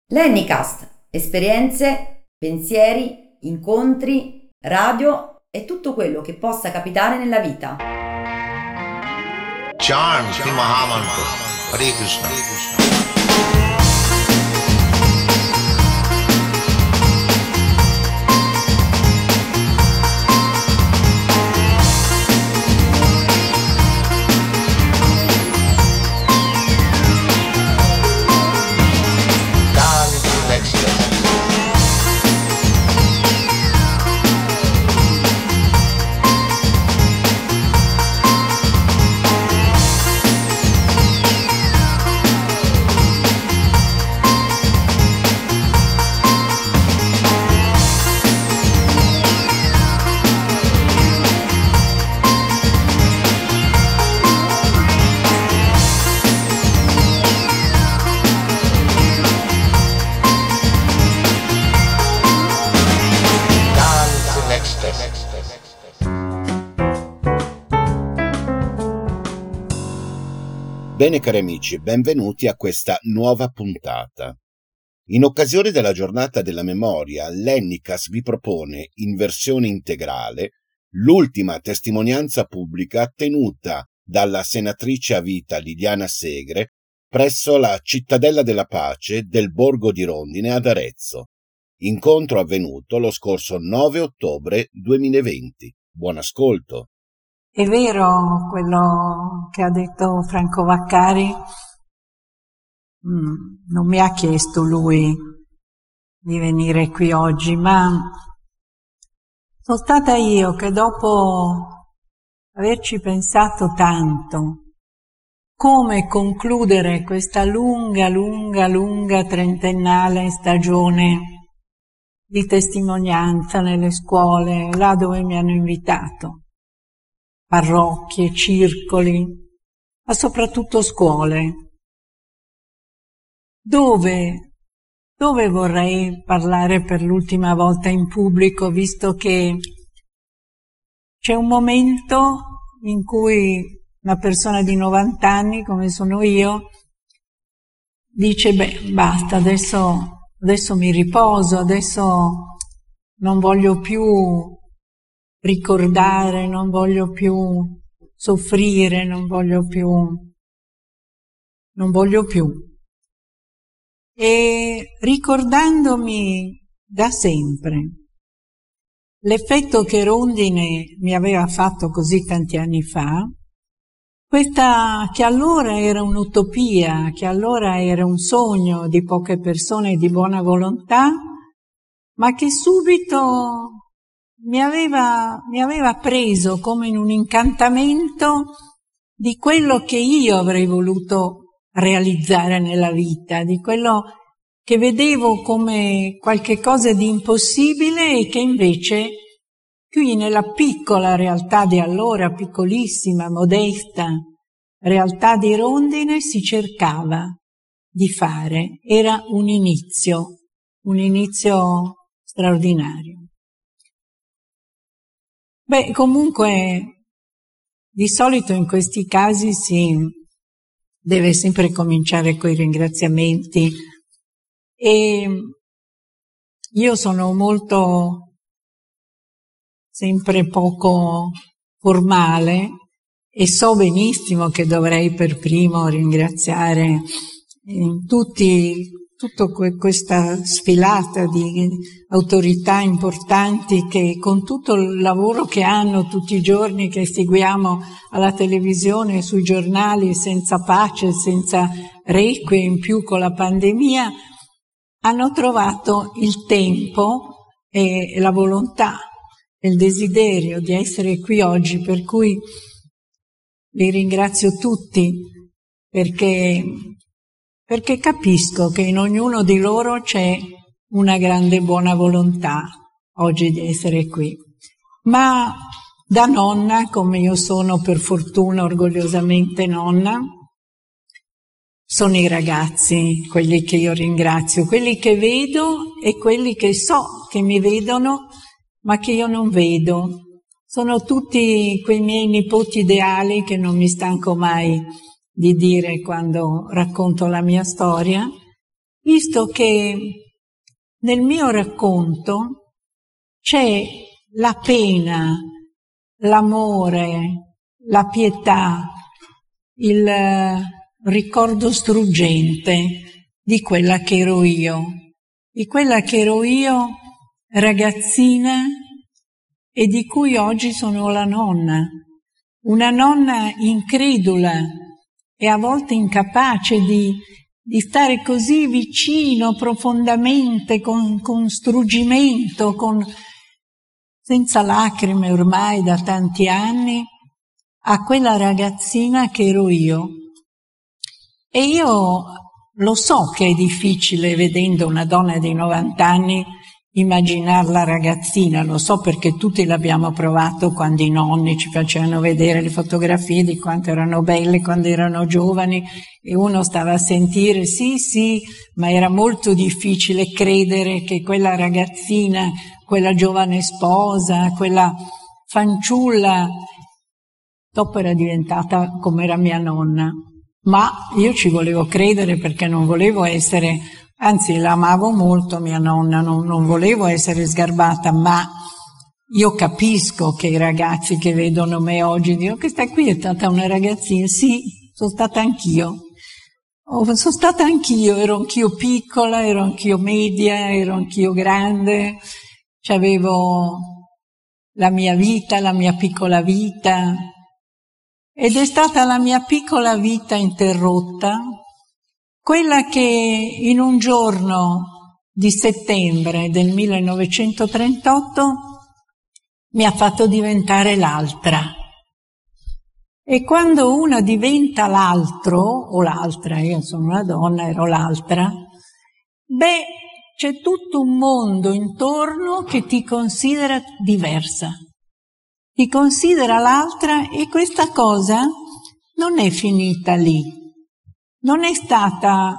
Lennycast, esperienze, pensieri, incontri, radio e tutto quello che possa capitare nella vita. Charm Sri Mahamantra. Hare Krishna. Bene cari amici, benvenuti a questa nuova puntata. In occasione della giornata della memoria, Lennycast vi propone, in versione integrale, l'ultima testimonianza pubblica tenuta dalla senatrice a vita Liliana Segre presso la Cittadella della Pace del Borgo di Rondine ad Arezzo. Incontro avvenuto lo scorso 9 ottobre 2020. Buon ascolto. È vero quello che ha detto Franco Vaccari? Non mi ha chiesto lui di venire qui oggi, ma sono stata io che dopo averci pensato tanto, come concludere questa lunga trentennale stagione di testimonianza nelle scuole, là dove mi hanno invitato. Parrocchie, circoli, ma soprattutto scuole. Dove vorrei parlare per l'ultima volta in pubblico, visto che c'è un momento in cui una persona di 90 anni, come sono io, dice, basta, adesso mi riposo, adesso non voglio più ricordare, non voglio più soffrire, non voglio più. E ricordandomi da sempre l'effetto che Rondine mi aveva fatto così tanti anni fa, questa che allora era un'utopia, che allora era un sogno di poche persone di buona volontà, ma che subito mi aveva preso come in un incantamento di quello che io avrei voluto realizzare nella vita, di quello che vedevo come qualche cosa di impossibile e che invece qui nella piccola realtà di allora, piccolissima, modesta realtà di Rondine si cercava di fare. Era un inizio straordinario. Comunque, di solito in questi casi si deve sempre cominciare coi ringraziamenti e io sono sempre poco formale e so benissimo che dovrei per primo ringraziare tutta questa sfilata di autorità importanti che con tutto il lavoro che hanno tutti i giorni, che seguiamo alla televisione, sui giornali, senza pace, senza requie, in più con la pandemia, hanno trovato il tempo e la volontà e il desiderio di essere qui oggi, per cui li ringrazio tutti perché capisco che in ognuno di loro c'è una grande buona volontà oggi di essere qui. Ma da nonna, come io sono per fortuna orgogliosamente nonna, sono i ragazzi quelli che io ringrazio, quelli che vedo e quelli che so che mi vedono ma che io non vedo. Sono tutti quei miei nipoti ideali che non mi stanco mai di dire quando racconto la mia storia, visto che nel mio racconto c'è la pena, l'amore, la pietà, il ricordo struggente di quella che ero io, ragazzina, e di cui oggi sono la nonna, una nonna incredula e a volte incapace di stare così vicino, profondamente, con struggimento, senza lacrime ormai da tanti anni, a quella ragazzina che ero io. E io lo so che è difficile, vedendo una donna di 90 anni, immaginarla ragazzina, lo so perché tutti l'abbiamo provato quando i nonni ci facevano vedere le fotografie di quanto erano belle quando erano giovani e uno stava a sentire sì, ma era molto difficile credere che quella ragazzina, quella giovane sposa, quella fanciulla, dopo era diventata come era mia nonna. Ma io ci volevo credere perché non volevo essere, anzi la amavo molto mia nonna, non volevo essere sgarbata, ma io capisco che i ragazzi che vedono me oggi dicono: questa qui è stata una ragazzina. Sì, sono stata anch'io, ero anch'io piccola, ero anch'io media, ero anch'io grande, c'avevo la mia vita, la mia piccola vita. Ed è stata la mia piccola vita interrotta, quella che in un giorno di settembre del 1938 mi ha fatto diventare l'altra. E quando una diventa l'altro, o l'altra, io sono una donna, ero l'altra, c'è tutto un mondo intorno che ti considera diversa. Ti considera l'altra, e questa cosa non è finita lì. Non è stato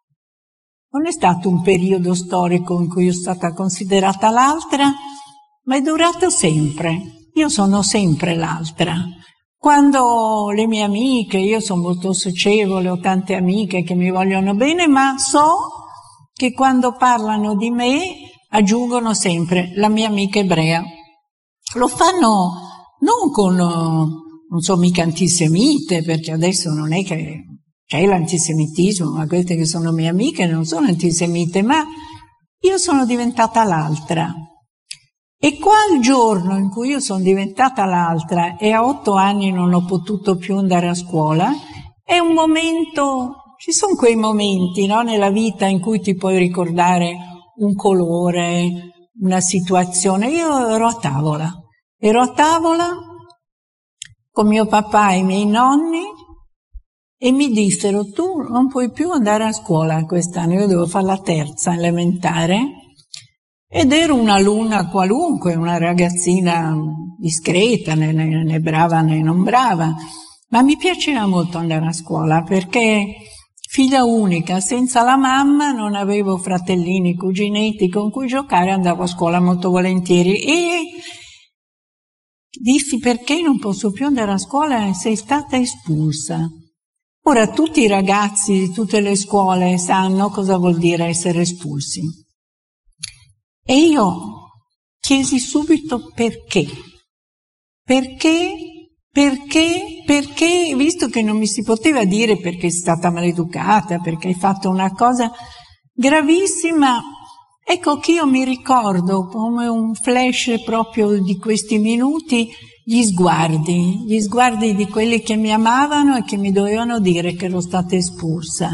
un periodo storico in cui io sono stata considerata l'altra, ma è durato sempre. Io sono sempre l'altra. Quando le mie amiche, io sono molto socievole, ho tante amiche che mi vogliono bene, ma so che quando parlano di me aggiungono sempre la mia amica ebrea. Lo fanno non con, non so mica antisemite, perché adesso non è che c'è l'antisemitismo, ma queste che sono mie amiche non sono antisemite, ma io sono diventata l'altra. E qua il giorno in cui io sono diventata l'altra e a 8 anni non ho potuto più andare a scuola, è un momento, ci sono quei momenti, no, nella vita in cui ti puoi ricordare un colore, una situazione. Io ero a tavola con mio papà e i miei nonni e mi dissero: tu non puoi più andare a scuola quest'anno. Io devo fare la terza elementare ed ero un'alunna qualunque, una ragazzina discreta, né brava né non brava, ma mi piaceva molto andare a scuola perché figlia unica, senza la mamma, non avevo fratellini, cuginetti con cui giocare, andavo a scuola molto volentieri e dissi: perché non posso più andare a scuola? Sei stata espulsa. Ora tutti i ragazzi di tutte le scuole sanno cosa vuol dire essere espulsi. E io chiesi subito perché. Perché, visto che non mi si poteva dire perché sei stata maleducata, perché hai fatto una cosa gravissima, ecco che io mi ricordo come un flash proprio di questi minuti gli sguardi di quelli che mi amavano e che mi dovevano dire che ero stata espulsa.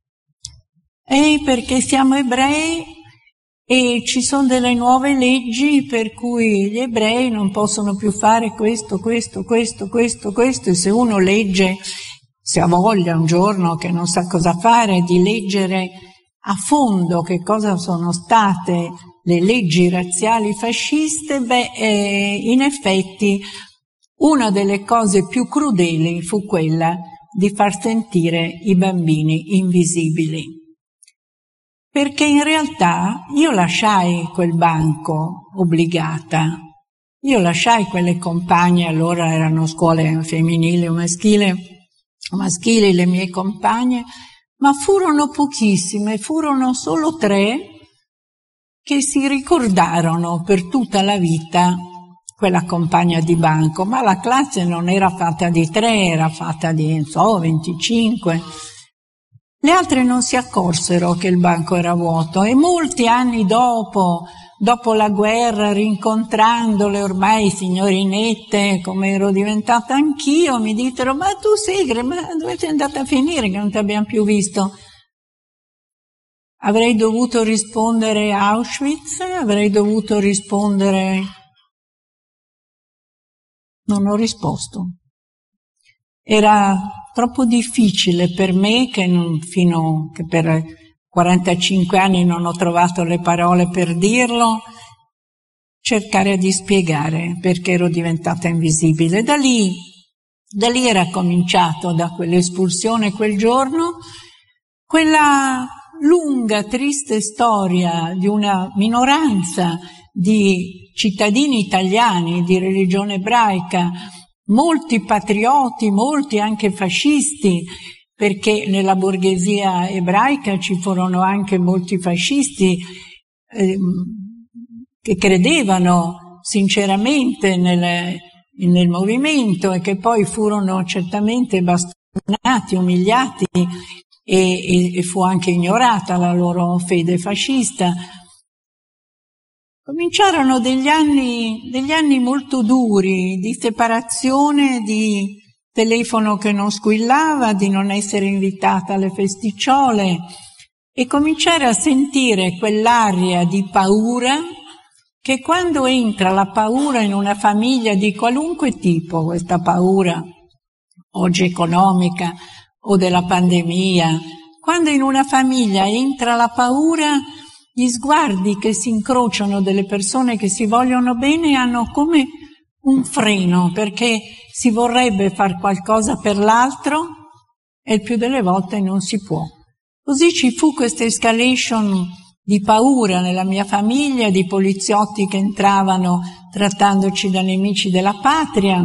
E perché siamo ebrei e ci sono delle nuove leggi per cui gli ebrei non possono più fare questo, e se uno legge, se ha voglia un giorno che non sa cosa fare, di leggere a fondo che cosa sono state le leggi razziali fasciste, in effetti una delle cose più crudeli fu quella di far sentire i bambini invisibili. Perché in realtà io lasciai quel banco obbligata, io lasciai quelle compagne, allora erano scuole femminili o maschili, le mie compagne, ma furono pochissime, furono solo 3 che si ricordarono per tutta la vita quella compagna di banco, ma la classe non era fatta di 3, era fatta di, 25. Le altre non si accorsero che il banco era vuoto e molti anni dopo la guerra, rincontrandole ormai signorinette come ero diventata anch'io, mi dissero: ma tu Segre, ma dove sei andata a finire che non ti abbiamo più visto? Avrei dovuto rispondere Auschwitz, avrei dovuto rispondere... Non ho risposto. Era troppo difficile per me, che per 45 anni non ho trovato le parole per dirlo, cercare di spiegare perché ero diventata invisibile. Da lì era cominciato, da quell'espulsione quel giorno, quella lunga, triste storia di una minoranza di cittadini italiani di religione ebraica, molti patrioti, molti anche fascisti, perché nella borghesia ebraica ci furono anche molti fascisti che credevano sinceramente nel movimento e che poi furono certamente bastonati, umiliati e fu anche ignorata la loro fede fascista. Cominciarono degli anni molto duri di separazione, di telefono che non squillava, di non essere invitata alle festicciole e cominciare a sentire quell'aria di paura che quando entra la paura in una famiglia di qualunque tipo, questa paura oggi economica o della pandemia, quando in una famiglia entra la paura, gli sguardi che si incrociano delle persone che si vogliono bene hanno come un freno, perché si vorrebbe far qualcosa per l'altro e il più delle volte non si può. Così ci fu questa escalation di paura nella mia famiglia, di poliziotti che entravano trattandoci da nemici della patria,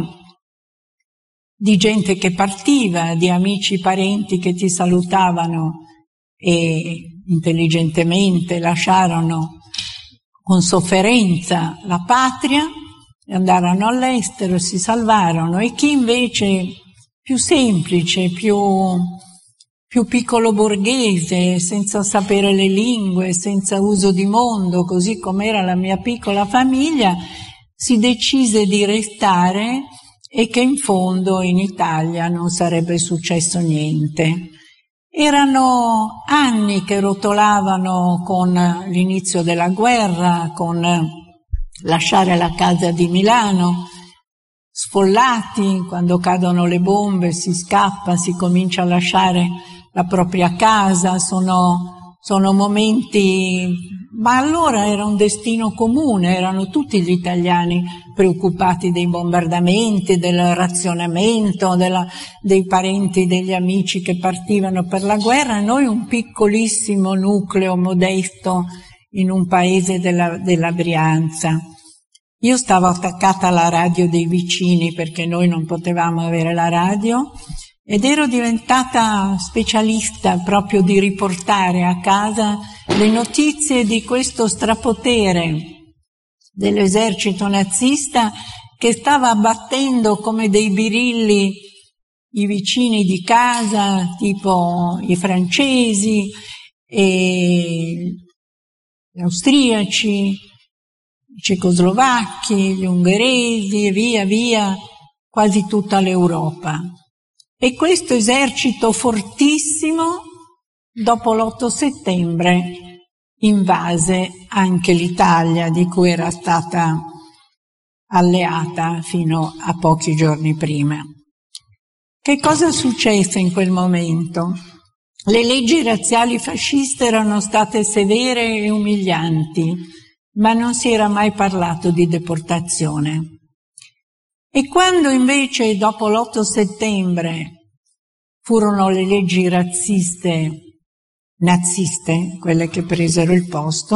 di gente che partiva, di amici, parenti che ti salutavano e intelligentemente lasciarono con sofferenza la patria, andarono all'estero, si salvarono, e chi invece più semplice, più piccolo borghese, senza sapere le lingue, senza uso di mondo, così come era la mia piccola famiglia, si decise di restare e che in fondo in Italia non sarebbe successo niente. Erano anni che rotolavano con l'inizio della guerra, con lasciare la casa di Milano, sfollati, quando cadono le bombe si scappa, si comincia a lasciare la propria casa, sono momenti, ma allora era un destino comune, erano tutti gli italiani preoccupati dei bombardamenti, del razionamento, dei parenti, degli amici che partivano per la guerra, e noi un piccolissimo nucleo modesto in un paese della Brianza. Io stavo attaccata alla radio dei vicini perché noi non potevamo avere la radio, ed ero diventata specialista proprio di riportare a casa le notizie di questo strapotere dell'esercito nazista che stava abbattendo come dei birilli i vicini di casa, tipo i francesi e gli austriaci, i cecoslovacchi, gli ungheresi e via via, quasi tutta l'Europa. E questo esercito fortissimo, dopo l'8 settembre, invase anche l'Italia, di cui era stata alleata fino a pochi giorni prima. Che cosa successe in quel momento? Le leggi razziali fasciste erano state severe e umilianti, ma non si era mai parlato di deportazione. E quando invece dopo l'8 settembre furono le leggi razziste, naziste, quelle che presero il posto,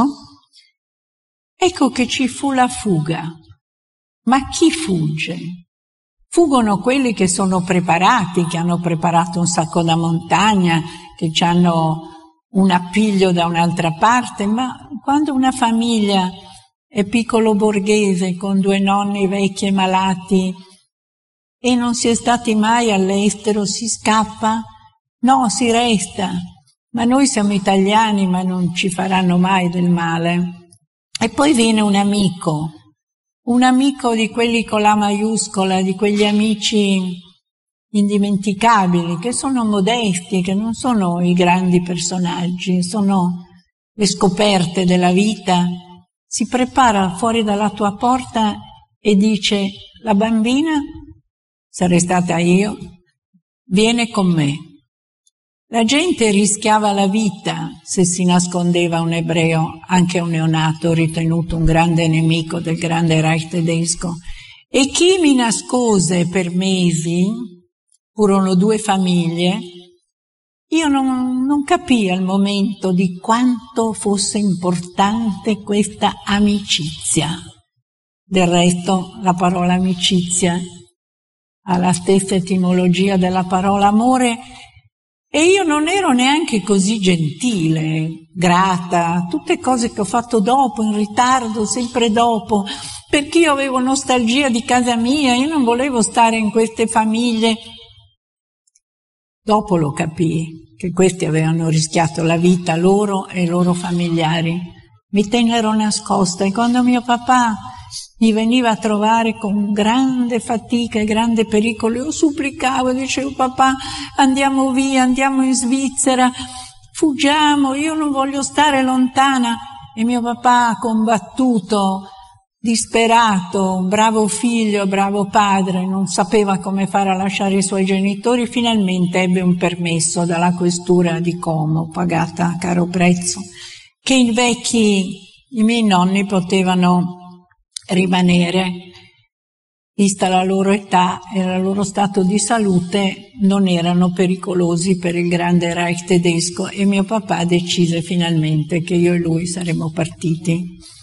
ecco che ci fu la fuga. Ma chi fugge? Fuggono quelli che sono preparati, che hanno preparato un sacco da montagna, che hanno un appiglio da un'altra parte, ma quando una famiglia è piccolo borghese con 2 nonni vecchi e malati e non si è stati mai all'estero, si scappa? No, si resta. Ma noi siamo italiani, ma non ci faranno mai del male. E poi viene un amico di quelli con la maiuscola, di quegli amici indimenticabili, che sono modesti, che non sono i grandi personaggi, sono le scoperte della vita. Si prepara fuori dalla tua porta e dice: la bambina, sarei stata io, viene con me. La gente rischiava la vita se si nascondeva un ebreo, anche un neonato ritenuto un grande nemico del grande Reich tedesco. E chi mi nascose per mesi, furono 2 famiglie, io non capii al momento di quanto fosse importante questa amicizia. Del resto la parola amicizia ha la stessa etimologia della parola amore, e io non ero neanche così gentile, grata, tutte cose che ho fatto dopo, in ritardo, sempre dopo, perché io avevo nostalgia di casa mia, io non volevo stare in queste famiglie. Dopo lo capii, che questi avevano rischiato la vita loro e i loro familiari. Mi tennero nascosta, e quando mio papà mi veniva a trovare con grande fatica e grande pericolo, io supplicavo, dicevo: papà, andiamo via, andiamo in Svizzera, fuggiamo, io non voglio stare lontana. E mio papà, combattuto, disperato, bravo figlio, bravo padre, non sapeva come fare a lasciare i suoi genitori, finalmente ebbe un permesso dalla questura di Como, pagata a caro prezzo, che i miei nonni potevano rimanere, vista la loro età e il loro stato di salute, non erano pericolosi per il grande Reich tedesco, e mio papà decise finalmente che io e lui saremmo partiti.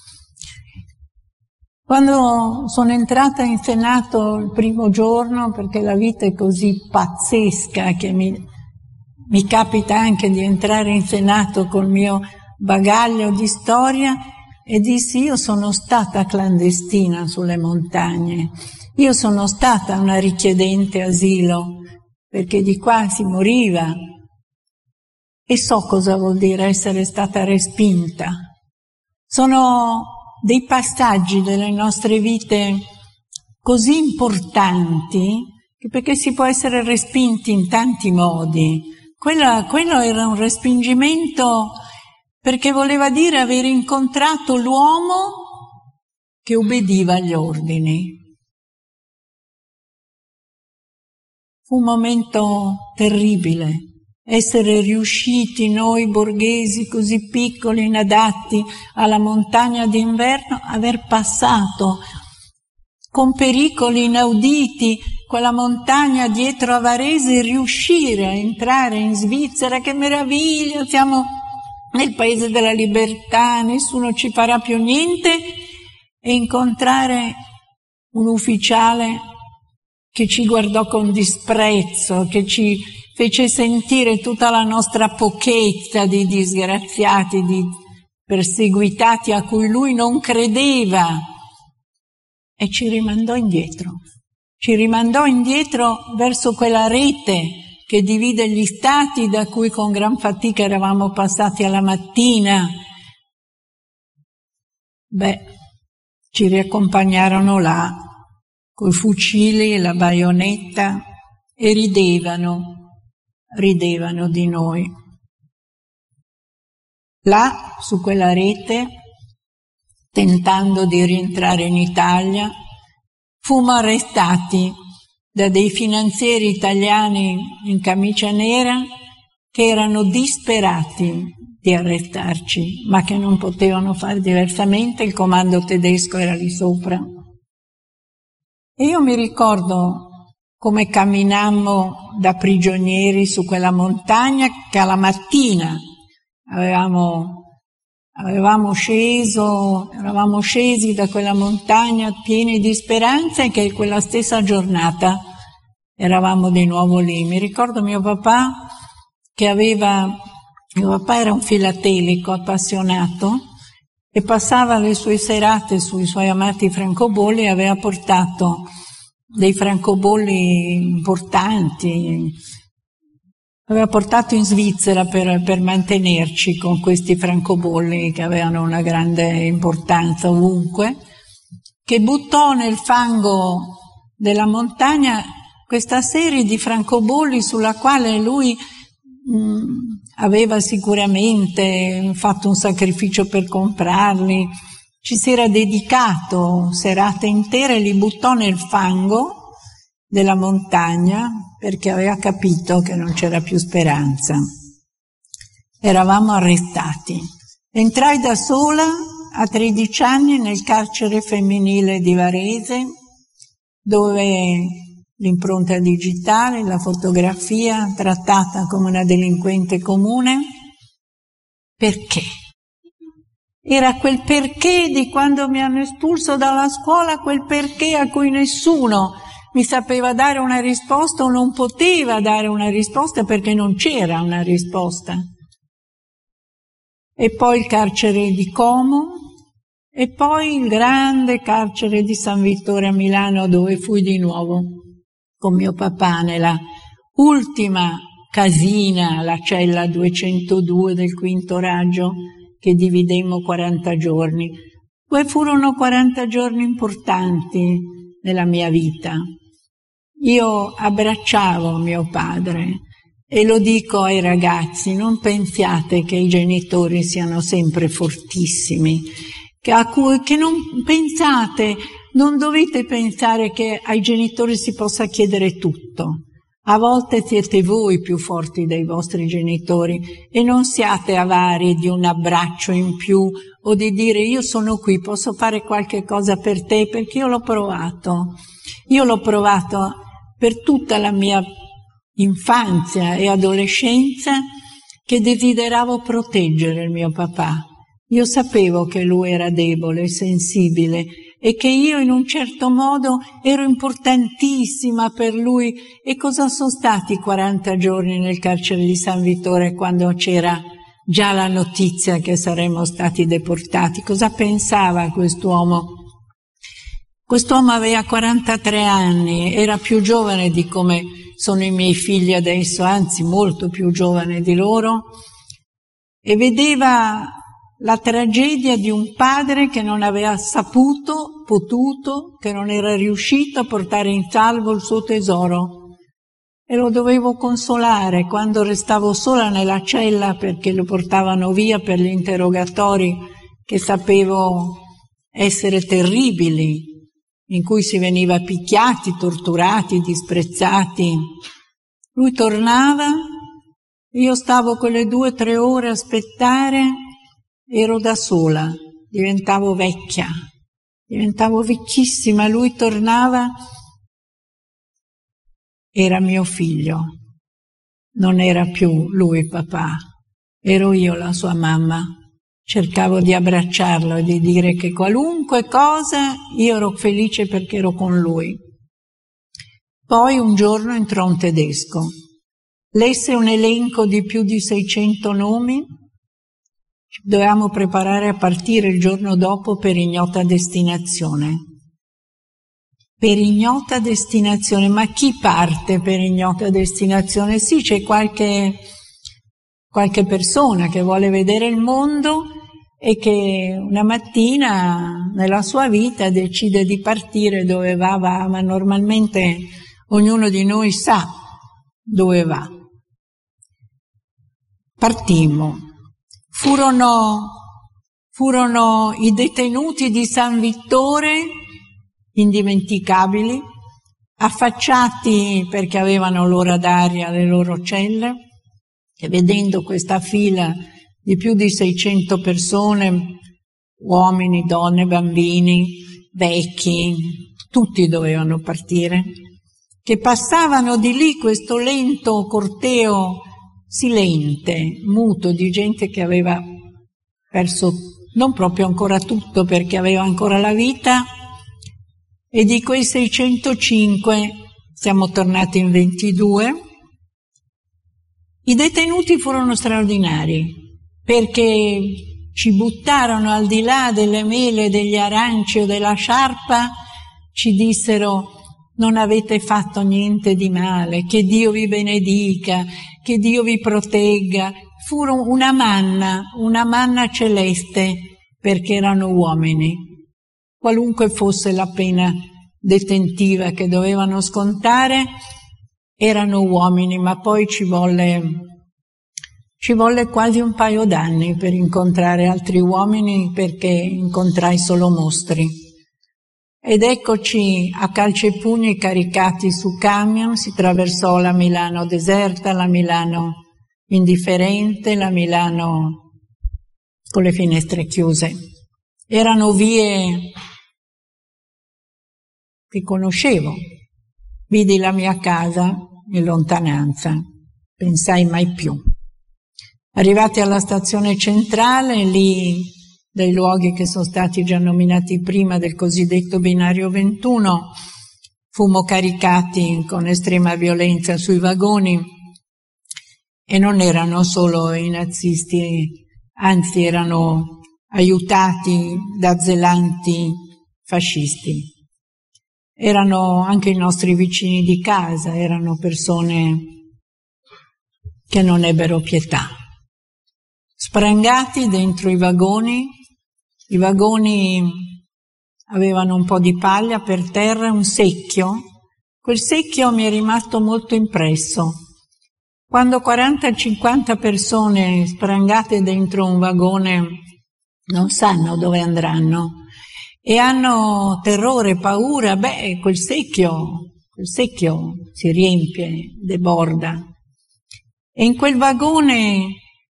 Quando sono entrata in Senato il primo giorno, perché la vita è così pazzesca che mi capita anche di entrare in Senato col mio bagaglio di storia, e dissi: io sono stata clandestina sulle montagne, io sono stata una richiedente asilo, perché di qua si moriva, e so cosa vuol dire essere stata respinta. Sono dei passaggi delle nostre vite così importanti, che perché si può essere respinti in tanti modi. Quello era un respingimento perché voleva dire aver incontrato l'uomo che obbediva agli ordini. Fu un momento terribile, essere riusciti noi borghesi così piccoli, inadatti alla montagna d'inverno, aver passato con pericoli inauditi quella montagna dietro a Varese e riuscire a entrare in Svizzera. Che meraviglia, siamo nel paese della libertà, nessuno ci farà più niente, e incontrare un ufficiale che ci guardò con disprezzo, che ci fece sentire tutta la nostra pochezza di disgraziati, di perseguitati a cui lui non credeva, e ci rimandò indietro verso quella rete che divide gli stati, da cui con gran fatica eravamo passati alla mattina. Ci riaccompagnarono là, coi fucili e la baionetta, e ridevano di noi. Là, su quella rete, tentando di rientrare in Italia, fummo arrestati da dei finanzieri italiani in camicia nera che erano disperati di arrestarci, ma che non potevano fare diversamente, il comando tedesco era lì sopra. E io mi ricordo come camminammo da prigionieri su quella montagna, che alla mattina avevamo eravamo scesi da quella montagna pieni di speranza e che quella stessa giornata eravamo di nuovo lì. Mi ricordo mio papà era un filatelico appassionato e passava le sue serate sui suoi amati francobolli e aveva portato dei francobolli importanti. Aveva portato in Svizzera per mantenerci con questi francobolli che avevano una grande importanza ovunque, che buttò nel fango della montagna questa serie di francobolli sulla quale lui aveva sicuramente fatto un sacrificio per comprarli, ci si era dedicato serate intere e li buttò nel fango della montagna perché aveva capito che non c'era più speranza. Eravamo arrestati. Entrai da sola a 13 anni nel carcere femminile di Varese, dove l'impronta digitale, la fotografia, trattata come una delinquente comune. Perché? Era quel perché di quando mi hanno espulso dalla scuola, quel perché a cui nessuno mi sapeva dare una risposta o non poteva dare una risposta perché non c'era una risposta. E poi il carcere di Como e poi il grande carcere di San Vittore a Milano, dove fui di nuovo con mio papà nella ultima casina, la cella 202 del quinto raggio, che dividemmo 40 giorni. Poi furono 40 giorni importanti nella mia vita. Io abbracciavo mio padre e lo dico ai ragazzi, non pensiate che i genitori siano sempre fortissimi, non dovete pensare che ai genitori si possa chiedere tutto. A volte siete voi più forti dei vostri genitori e non siate avari di un abbraccio in più o di dire io sono qui, posso fare qualche cosa per te, perché io l'ho provato. Io l'ho provato per tutta la mia infanzia e adolescenza, che desideravo proteggere il mio papà. Io sapevo che lui era debole e sensibile e che io in un certo modo ero importantissima per lui. E cosa sono stati 40 giorni nel carcere di San Vittore quando c'era già la notizia che saremmo stati deportati? Cosa pensava quest'uomo? Quest'uomo aveva 43 anni, era più giovane di come sono i miei figli adesso, anzi molto più giovane di loro, e vedeva la tragedia di un padre che non aveva potuto, che non era riuscito a portare in salvo il suo tesoro. E lo dovevo consolare quando restavo sola nella cella perché lo portavano via per gli interrogatori che sapevo essere terribili, in cui si veniva picchiati, torturati, disprezzati. Lui tornava, io stavo quelle 2 o 3 ore a aspettare, ero da sola, diventavo vecchia, diventavo vecchissima, lui tornava, era mio figlio, non era più lui papà, ero io la sua mamma. Cercavo di abbracciarlo e di dire che qualunque cosa io ero felice perché ero con lui. Poi un giorno entrò un tedesco, lesse un elenco di più di 600 nomi, dovevamo preparare a partire il giorno dopo per ignota destinazione. Per ignota destinazione, ma chi parte per ignota destinazione? Sì, c'è qualche persona che vuole vedere il mondo e che una mattina nella sua vita decide di partire dove va, ma normalmente ognuno di noi sa dove va. Partimmo. Furono i detenuti di San Vittore, indimenticabili, affacciati perché avevano l'ora d'aria alle loro celle, e vedendo questa fila di più di 600 persone, uomini, donne, bambini, vecchi, tutti dovevano partire, che passavano di lì questo lento corteo silente, muto, di gente che aveva perso non proprio ancora tutto perché aveva ancora la vita, e di quei 605 siamo tornati in 22. I detenuti furono straordinari perché ci buttarono al di là delle mele, degli aranci o della sciarpa, ci dissero: non avete fatto niente di male, che Dio vi benedica, che Dio vi protegga. Furono una manna celeste, perché erano uomini. Qualunque fosse la pena detentiva che dovevano scontare, erano uomini, ma poi ci volle quasi un paio d'anni per incontrare altri uomini, perché incontrai solo mostri. Ed eccoci a calci e pugni caricati su camion, si attraversò la Milano deserta, la Milano indifferente, la Milano con le finestre chiuse. Erano vie che conoscevo. Vidi la mia casa in lontananza, pensai mai più. Arrivati alla stazione centrale, lì dai luoghi che sono stati già nominati prima del cosiddetto binario 21, fummo caricati con estrema violenza sui vagoni, e non erano solo i nazisti, anzi erano aiutati da zelanti fascisti. Erano anche i nostri vicini di casa, erano persone che non ebbero pietà. Sprangati dentro i vagoni avevano un po' di paglia per terra, un secchio. Quel secchio mi è rimasto molto impresso. Quando 40-50 persone sprangate dentro un vagone non sanno dove andranno e hanno terrore, paura, quel secchio si riempie, deborda. E in quel vagone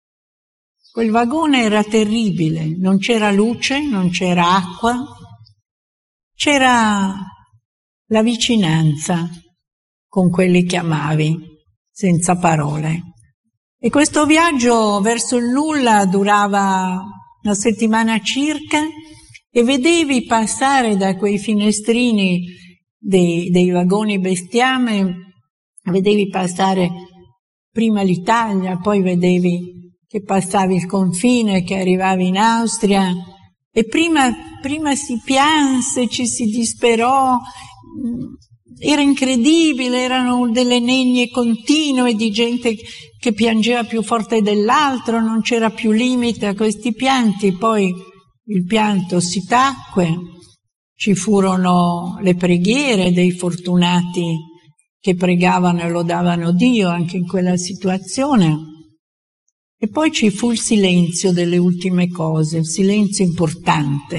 era terribile, non c'era luce, non c'era acqua, c'era la vicinanza con quelli che amavi, senza parole. E questo viaggio verso il nulla durava una settimana circa, e vedevi passare da quei finestrini dei vagoni bestiame, vedevi passare prima l'Italia, poi vedevi che passavi il confine, che arrivavi in Austria, e prima si pianse, ci si disperò, era incredibile, erano delle negne continue di gente che piangeva più forte dell'altro, non c'era più limite a questi pianti. Poi il pianto si tacque, ci furono le preghiere dei fortunati che pregavano e lodavano Dio anche in quella situazione, e poi ci fu il silenzio delle ultime cose, il silenzio importante,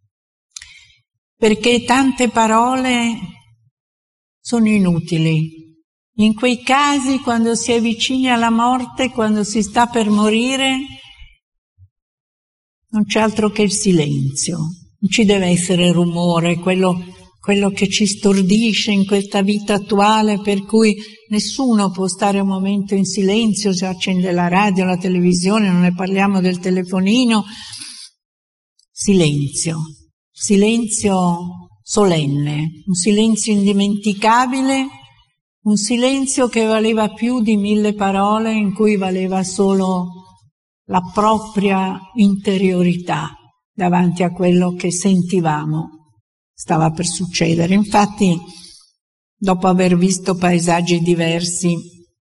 perché tante parole sono inutili. In quei casi, quando si è vicini alla morte, quando si sta per morire, non c'è altro che il silenzio, non ci deve essere rumore, quello che ci stordisce in questa vita attuale, per cui nessuno può stare un momento in silenzio, si accende la radio, la televisione, non ne parliamo del telefonino. Silenzio solenne, un silenzio indimenticabile, un silenzio che valeva più di 1000 parole, in cui valeva solo la propria interiorità davanti a quello che sentivamo stava per succedere. Infatti, dopo aver visto paesaggi diversi,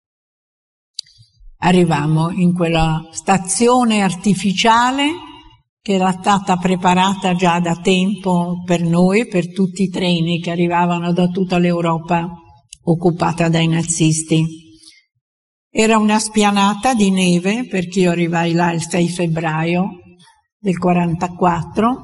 arrivammo in quella stazione artificiale che era stata preparata già da tempo per noi, per tutti i treni che arrivavano da tutta l'Europa occupata dai nazisti. Era una spianata di neve, perché io arrivai là il 6 febbraio del 44,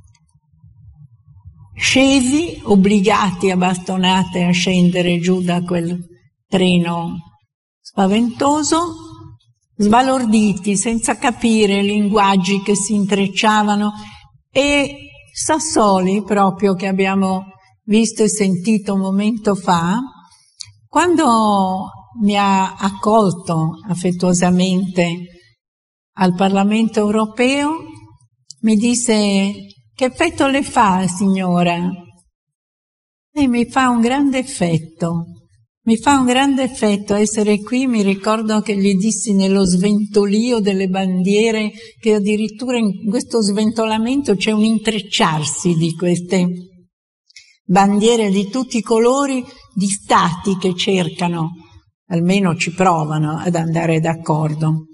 scesi, obbligati a bastonate a scendere giù da quel treno spaventoso, sbalorditi, senza capire linguaggi che si intrecciavano, e Sassoli, proprio, che abbiamo visto e sentito un momento fa, quando mi ha accolto affettuosamente al Parlamento europeo, mi disse: che effetto le fa, signora? E mi fa un grande effetto. Mi fa un grande effetto essere qui. Mi ricordo che gli dissi nello sventolio delle bandiere che addirittura in questo sventolamento c'è un intrecciarsi di queste bandiere di tutti i colori, di stati che cercano, almeno ci provano ad andare d'accordo.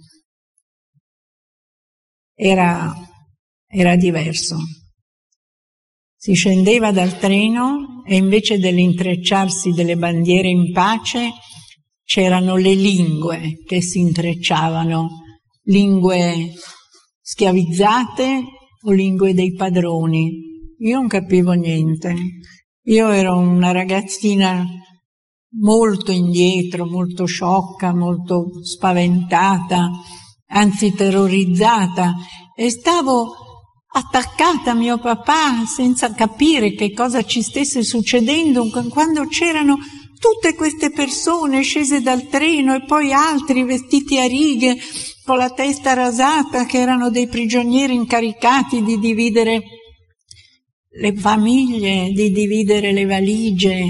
Era diverso. Si scendeva dal treno e invece dell'intrecciarsi delle bandiere in pace c'erano le lingue che si intrecciavano, lingue schiavizzate o lingue dei padroni. Io non capivo niente. Io ero una ragazzina molto indietro, molto sciocca, molto spaventata, anzi terrorizzata, e stavo attaccata a mio papà senza capire che cosa ci stesse succedendo quando c'erano tutte queste persone scese dal treno e poi altri vestiti a righe con la testa rasata che erano dei prigionieri incaricati di dividere le famiglie, di dividere le valigie.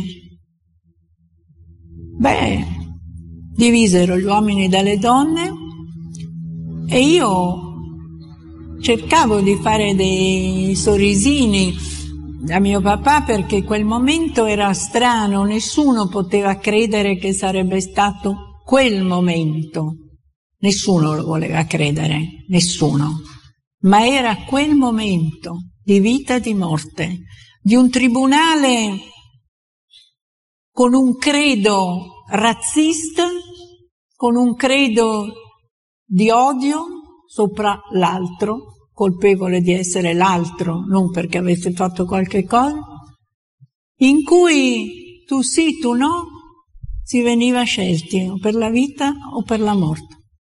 Divisero gli uomini dalle donne e io cercavo di fare dei sorrisini a mio papà perché quel momento era strano, nessuno poteva credere che sarebbe stato quel momento, nessuno lo voleva credere, nessuno, ma era quel momento di vita e di morte, di un tribunale con un credo razzista, con un credo di odio sopra l'altro, colpevole di essere l'altro, non perché avesse fatto qualche cosa, in cui tu sì, tu no, si veniva scelti o per la vita o per la morte.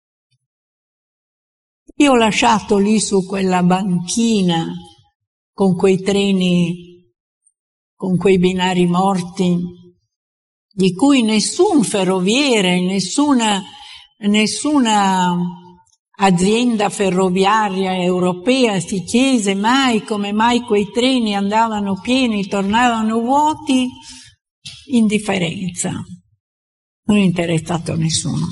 Io ho lasciato lì su quella banchina con quei treni, con quei binari morti, di cui nessun ferroviere, nessuna azienda ferroviaria europea si chiese mai come mai quei treni andavano pieni, tornavano vuoti. Indifferenza, non è interessato a nessuno.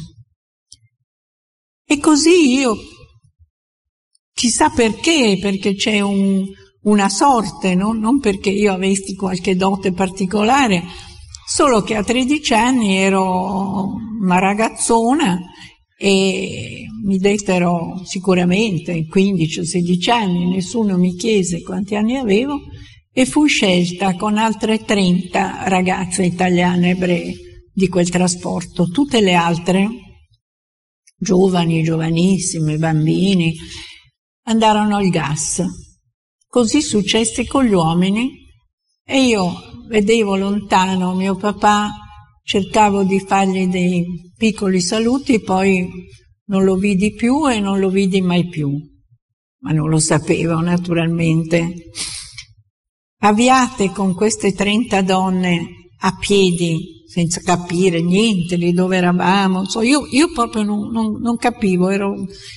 E così io, chissà perché c'è una sorte, no? Non perché io avessi qualche dote particolare, solo che a 13 anni ero una ragazzona e mi dettero sicuramente 15 o 16 anni, nessuno mi chiese quanti anni avevo, e fui scelta con altre 30 ragazze italiane ebree di quel trasporto. Tutte le altre, giovani, giovanissime, bambini, andarono al gas. Così successe con gli uomini e io vedevo lontano mio papà, cercavo di fargli dei piccoli saluti, poi non lo vidi più e non lo vidi mai più, ma non lo sapevo naturalmente. Avviate con queste 30 donne a piedi, senza capire niente di dove eravamo, io proprio non capivo, ero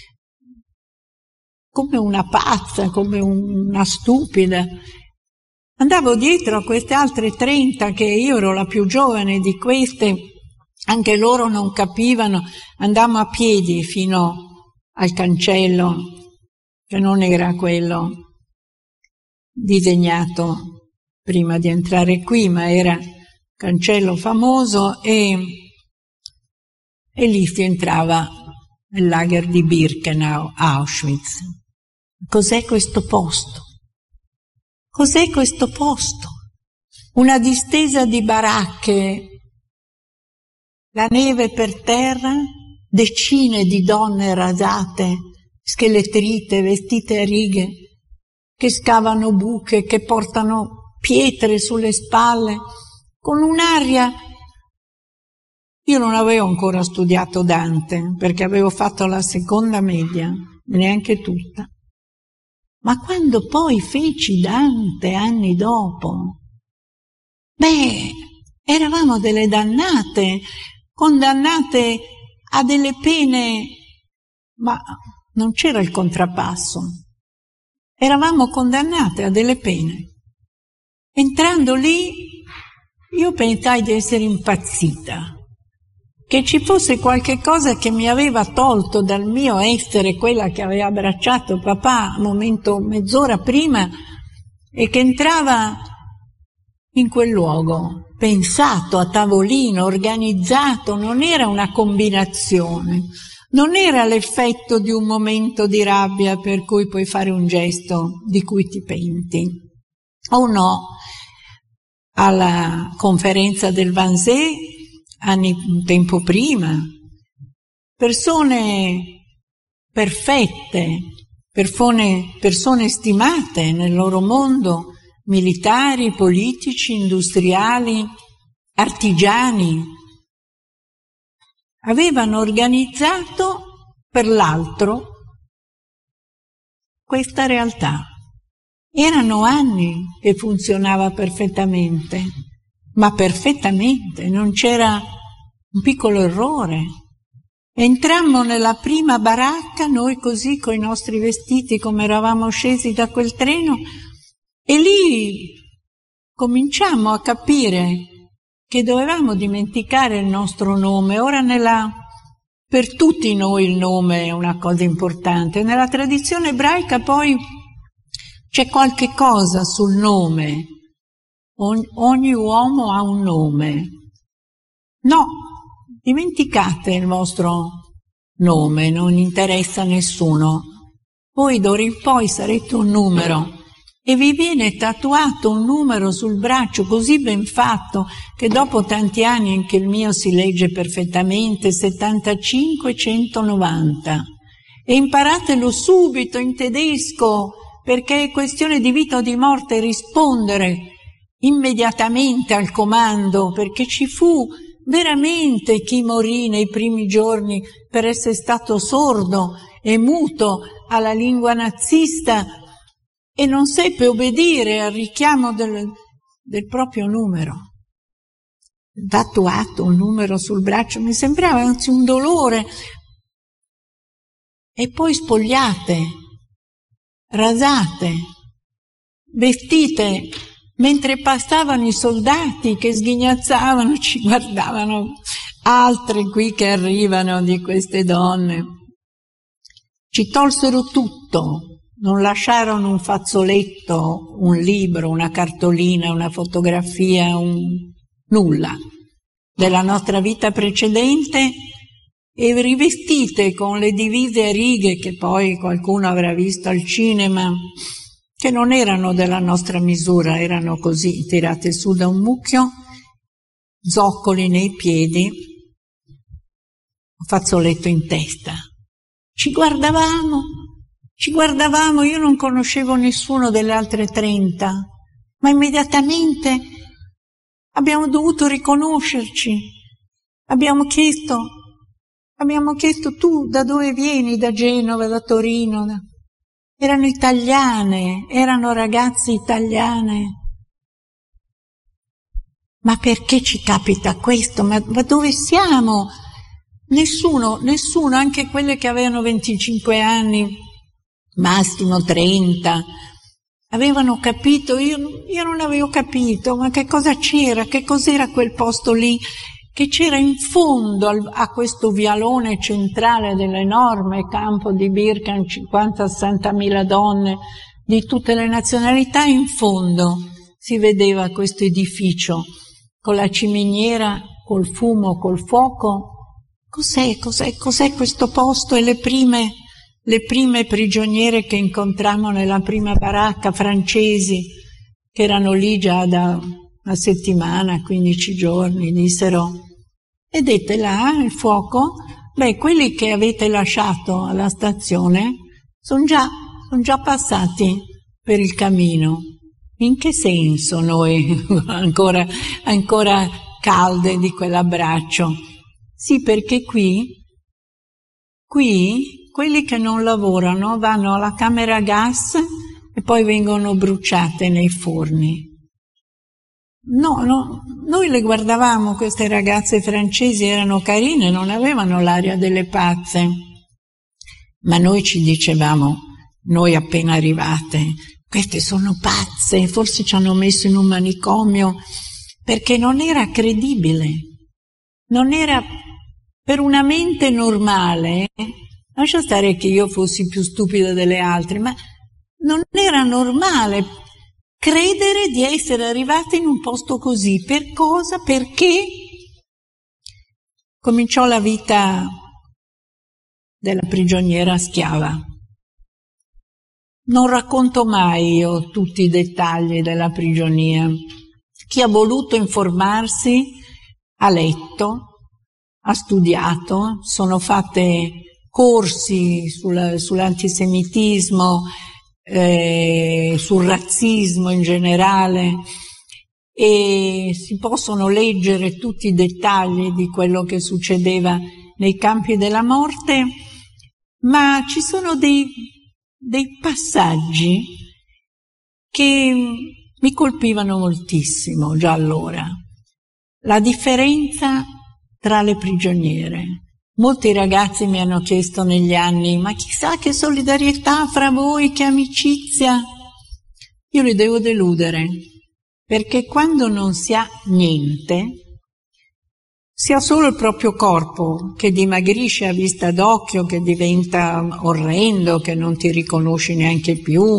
come una pazza, come una stupida. Andavo dietro a queste altre 30 che io ero la più giovane di queste, anche loro non capivano, andammo a piedi fino al cancello, che non era quello disegnato prima di entrare qui, ma era cancello famoso e lì si entrava nel lager di Birkenau, Auschwitz. Cos'è questo posto? Cos'è questo posto? Una distesa di baracche, la neve per terra, decine di donne rasate, schelettrite, vestite a righe, che scavano buche, che portano pietre sulle spalle, con un'aria. Io non avevo ancora studiato Dante, perché avevo fatto la seconda media, neanche tutta. Ma quando poi feci Dante anni dopo, eravamo delle dannate, condannate a delle pene, ma non c'era il contrappasso. eravamo condannate a delle pene. Entrando lì, io pensai di essere impazzita, che ci fosse qualche cosa che mi aveva tolto dal mio essere quella che aveva abbracciato papà mezz'ora prima e che entrava in quel luogo, pensato a tavolino, organizzato, non era una combinazione, non era l'effetto di un momento di rabbia per cui puoi fare un gesto di cui ti penti. O no, alla conferenza del Wannsee, un tempo prima, persone perfette, persone stimate nel loro mondo, militari, politici, industriali, artigiani, avevano organizzato per l'altro questa realtà. Erano anni che funzionava perfettamente, ma perfettamente, non c'era un piccolo errore. Entrammo nella prima baracca, noi così coi nostri vestiti come eravamo scesi da quel treno, e lì cominciammo a capire che dovevamo dimenticare il nostro nome. Ora per tutti noi il nome è una cosa importante. Nella tradizione ebraica poi c'è qualche cosa sul nome. Ogni uomo ha un nome. No, dimenticate il vostro nome, non interessa a nessuno. Voi d'ora in poi sarete un numero e vi viene tatuato un numero sul braccio così ben fatto che dopo tanti anni anche il mio si legge perfettamente, 75-190. E imparatelo subito in tedesco, perché è questione di vita o di morte rispondere immediatamente al comando, perché ci fu veramente chi morì nei primi giorni per essere stato sordo e muto alla lingua nazista e non seppe obbedire al richiamo del proprio numero. Tatuato un numero sul braccio, mi sembrava anzi un dolore. E poi spogliate, rasate, vestite, mentre passavano i soldati che sghignazzavano, ci guardavano, altre qui che arrivano di queste donne. Ci tolsero tutto, non lasciarono un fazzoletto, un libro, una cartolina, una fotografia, nulla della nostra vita precedente, e rivestite con le divise a righe che poi qualcuno avrà visto al cinema, che non erano della nostra misura, erano così, tirate su da un mucchio, zoccoli nei piedi, un fazzoletto in testa. Ci guardavamo, io non conoscevo nessuno delle altre 30, ma immediatamente abbiamo dovuto riconoscerci, abbiamo chiesto tu da dove vieni? Da Genova, da Torino? Erano italiane, erano ragazze italiane. Ma perché ci capita questo? Ma dove siamo? Nessuno, anche quelle che avevano 25 anni, massimo 30, avevano capito, io non avevo capito, ma che cosa c'era, che cos'era quel posto lì, che c'era in fondo a questo vialone centrale dell'enorme campo di Birkenau, 50-60 mila donne di tutte le nazionalità, in fondo si vedeva questo edificio con la ciminiera, col fumo, col fuoco. Cos'è questo posto? E le prime prigioniere che incontrammo nella prima baracca, francesi, che erano lì già da una settimana, 15 giorni, dissero: vedete là il fuoco? Beh, quelli che avete lasciato alla stazione sono già passati per il cammino. In che senso noi ancora calde di quell'abbraccio? Sì, perché qui quelli che non lavorano vanno alla camera a gas e poi vengono bruciate nei forni. No, noi le guardavamo, queste ragazze francesi erano carine, non avevano l'aria delle pazze, ma noi ci dicevamo: noi appena arrivate, queste sono pazze, forse ci hanno messo in un manicomio, perché non era credibile, non era per una mente normale, lascia stare che io fossi più stupida delle altre, ma non era normale credere di essere arrivata in un posto così. Per cosa? Perché cominciò la vita della prigioniera schiava. Non racconto mai io tutti i dettagli della prigionia. Chi ha voluto informarsi ha letto, ha studiato, sono fatte corsi sull'antisemitismo, sul razzismo in generale, e si possono leggere tutti i dettagli di quello che succedeva nei campi della morte, ma ci sono dei passaggi che mi colpivano moltissimo già allora. La differenza tra le prigioniere. Molti ragazzi mi hanno chiesto negli anni: ma chissà che solidarietà fra voi, che amicizia. Io li devo deludere, perché quando non si ha niente, si ha solo il proprio corpo che dimagrisce a vista d'occhio, che diventa orrendo, che non ti riconosci neanche più.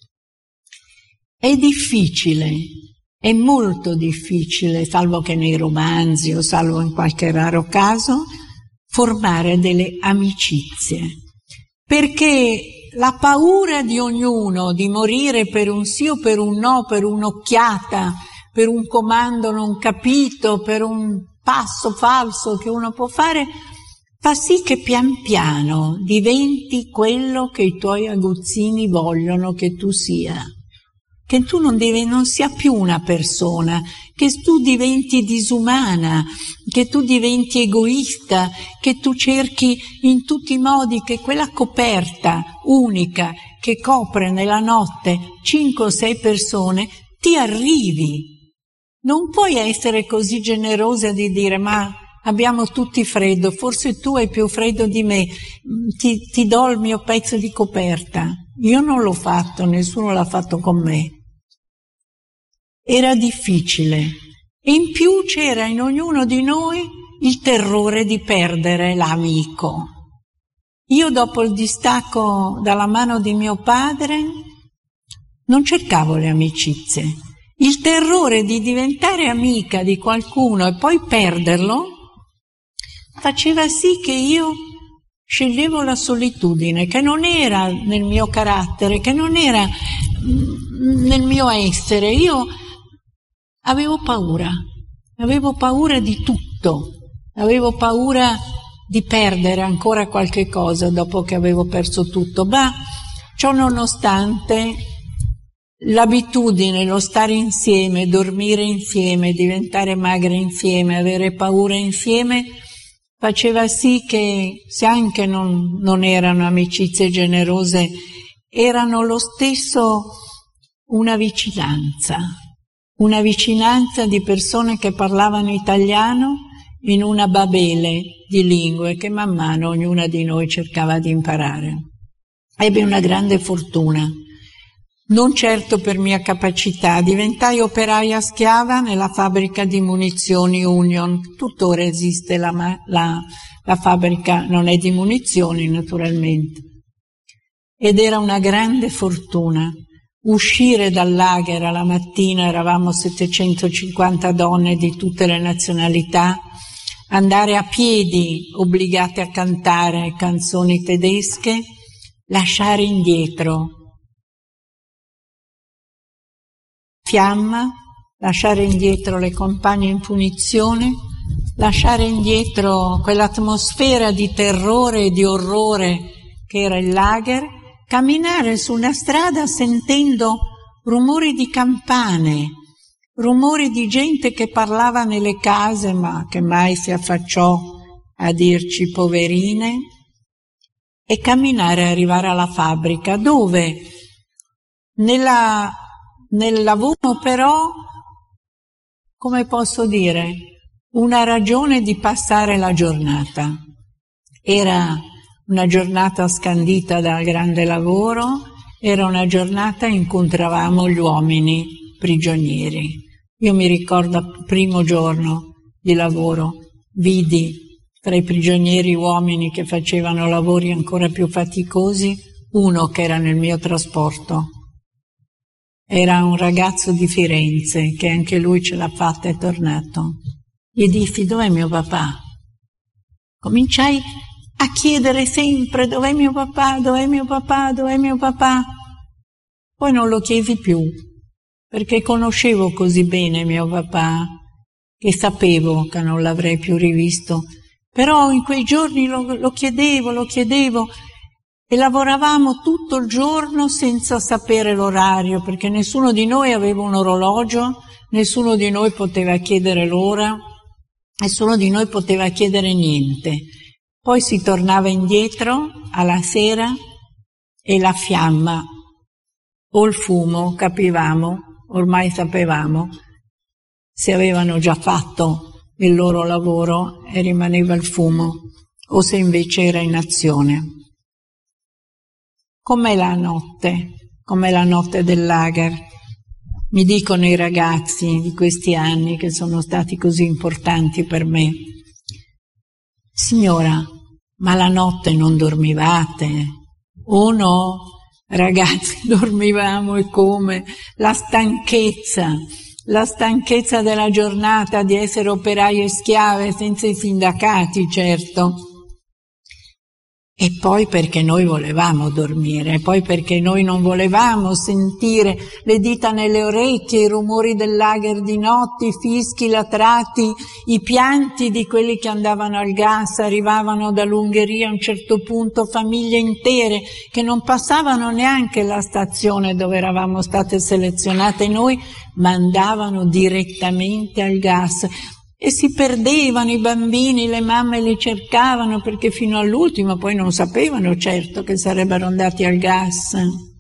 È difficile, è molto difficile, salvo che nei romanzi o salvo in qualche raro caso, formare delle amicizie, perché la paura di ognuno di morire per un sì o per un no, per un'occhiata, per un comando non capito, per un passo falso che uno può fare, fa sì che pian piano diventi quello che i tuoi aguzzini vogliono che tu sia. Che tu non sia più una persona, che tu diventi disumana, che tu diventi egoista, che tu cerchi in tutti i modi che quella coperta unica che copre nella notte 5 o 6 persone ti arrivi. Non puoi essere così generosa di dire: ma abbiamo tutti freddo, forse tu hai più freddo di me, ti do il mio pezzo di coperta. Io non l'ho fatto, nessuno l'ha fatto con me. Era difficile, e in più c'era in ognuno di noi il terrore di perdere l'amico. Io, dopo il distacco dalla mano di mio padre, non cercavo le amicizie. Il terrore di diventare amica di qualcuno e poi perderlo faceva sì che io sceglievo la solitudine, che non era nel mio carattere, che non era nel mio essere. Io avevo paura di tutto, avevo paura di perdere ancora qualche cosa dopo che avevo perso tutto, ma ciò nonostante l'abitudine, lo stare insieme, dormire insieme, diventare magre insieme, avere paura insieme, faceva sì che, se anche non erano amicizie generose, erano lo stesso una vicinanza di persone che parlavano italiano in una babele di lingue che man mano ognuna di noi cercava di imparare. Ebbi una grande fortuna, non certo per mia capacità. Diventai operaia schiava nella fabbrica di munizioni Union. Tuttora esiste la fabbrica, non è di munizioni naturalmente. Ed era una grande fortuna. Uscire dal lager alla mattina, eravamo 750 donne di tutte le nazionalità, andare a piedi, obbligate a cantare canzoni tedesche, lasciare indietro fiamma, lasciare indietro le compagne in punizione, lasciare indietro quell'atmosfera di terrore e di orrore che era il lager, camminare su una strada sentendo rumori di campane, rumori di gente che parlava nelle case ma che mai si affacciò a dirci poverine, e camminare e arrivare alla fabbrica dove nel lavoro però, come posso dire, una ragione di passare la giornata. Era una giornata scandita dal grande lavoro, Era una giornata in cui incontravamo gli uomini prigionieri. Io mi ricordo il primo giorno di lavoro, vidi tra i prigionieri uomini che facevano lavori ancora più faticosi, uno che era nel mio trasporto. Era un ragazzo di Firenze che anche lui ce l'ha fatta e è tornato. Gli dissi: dov'è mio papà? Cominciai a chiedere sempre: dov'è mio papà, dov'è mio papà, dov'è mio papà? Poi non lo chiesi più, perché conoscevo così bene mio papà che sapevo che non l'avrei più rivisto. Però in quei giorni lo chiedevo e lavoravamo tutto il giorno senza sapere l'orario, perché nessuno di noi aveva un orologio, nessuno di noi poteva chiedere l'ora, nessuno di noi poteva chiedere niente. Poi si tornava indietro alla sera e la fiamma o il fumo, capivamo, ormai sapevamo, se avevano già fatto il loro lavoro e rimaneva il fumo, o se invece era in azione. Com'è la notte del lager? Mi dicono i ragazzi di questi anni che sono stati così importanti per me: signora, ma la notte non dormivate? Oh no, ragazzi, dormivamo e come? La stanchezza della giornata di essere operaie e schiave senza i sindacati, certo. E poi perché noi volevamo dormire, e poi perché noi non volevamo sentire le dita nelle orecchie, i rumori del lager di notte, i fischi latrati, i pianti di quelli che andavano al gas, arrivavano dall'Ungheria a un certo punto famiglie intere che non passavano neanche la stazione dove eravamo state selezionate noi, ma andavano direttamente al gas. E si perdevano i bambini, le mamme li cercavano perché fino all'ultimo poi non sapevano certo che sarebbero andati al gas.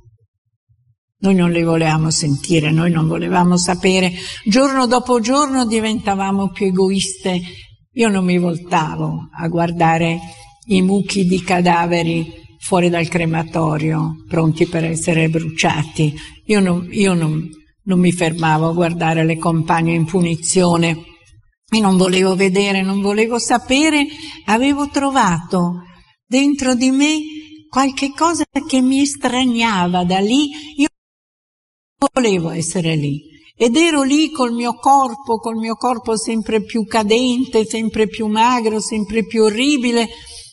Noi non li volevamo sentire, noi non volevamo sapere. Giorno dopo giorno diventavamo più egoiste. Io non mi voltavo a guardare i mucchi di cadaveri fuori dal crematorio, pronti per essere bruciati. Io non mi fermavo a guardare le compagne in punizione. Io non volevo vedere, non volevo sapere, avevo trovato dentro di me qualche cosa che mi estraniava da lì, io volevo essere lì. Ed ero lì col mio corpo sempre più cadente, sempre più magro, sempre più orribile,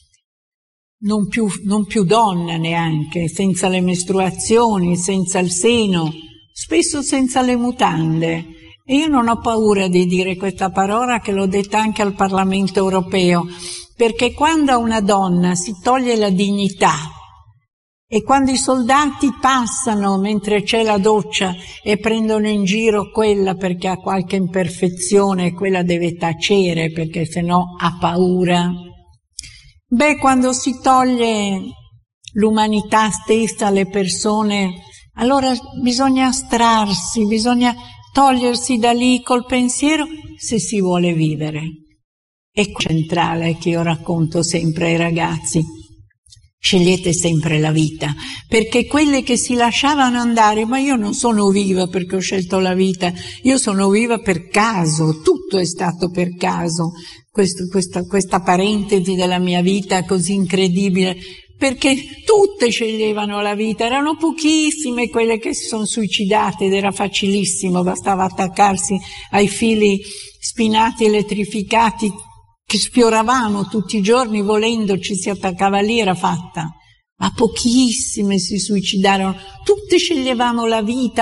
non più donna neanche, senza le mestruazioni, senza il seno, spesso senza le mutande. E io non ho paura di dire questa parola, che l'ho detta anche al Parlamento europeo, perché quando a una donna si toglie la dignità e quando i soldati passano mentre c'è la doccia e prendono in giro quella perché ha qualche imperfezione, quella deve tacere perché sennò ha paura. Quando si toglie l'umanità stessa alle persone, allora bisogna astrarsi, bisogna togliersi da lì col pensiero se si vuole vivere. È centrale che io racconto sempre ai ragazzi: scegliete sempre la vita, perché quelle che si lasciavano andare, ma io non sono viva perché ho scelto la vita, io sono viva per caso, tutto è stato per caso, questa parentesi della mia vita così incredibile, perché tutte sceglievano la vita, erano pochissime quelle che si sono suicidate ed era facilissimo, bastava attaccarsi ai fili spinati elettrificati che sfioravamo tutti i giorni, volendo ci si attaccava lì, era fatta. Ma pochissime si suicidarono, tutte sceglievamo la vita,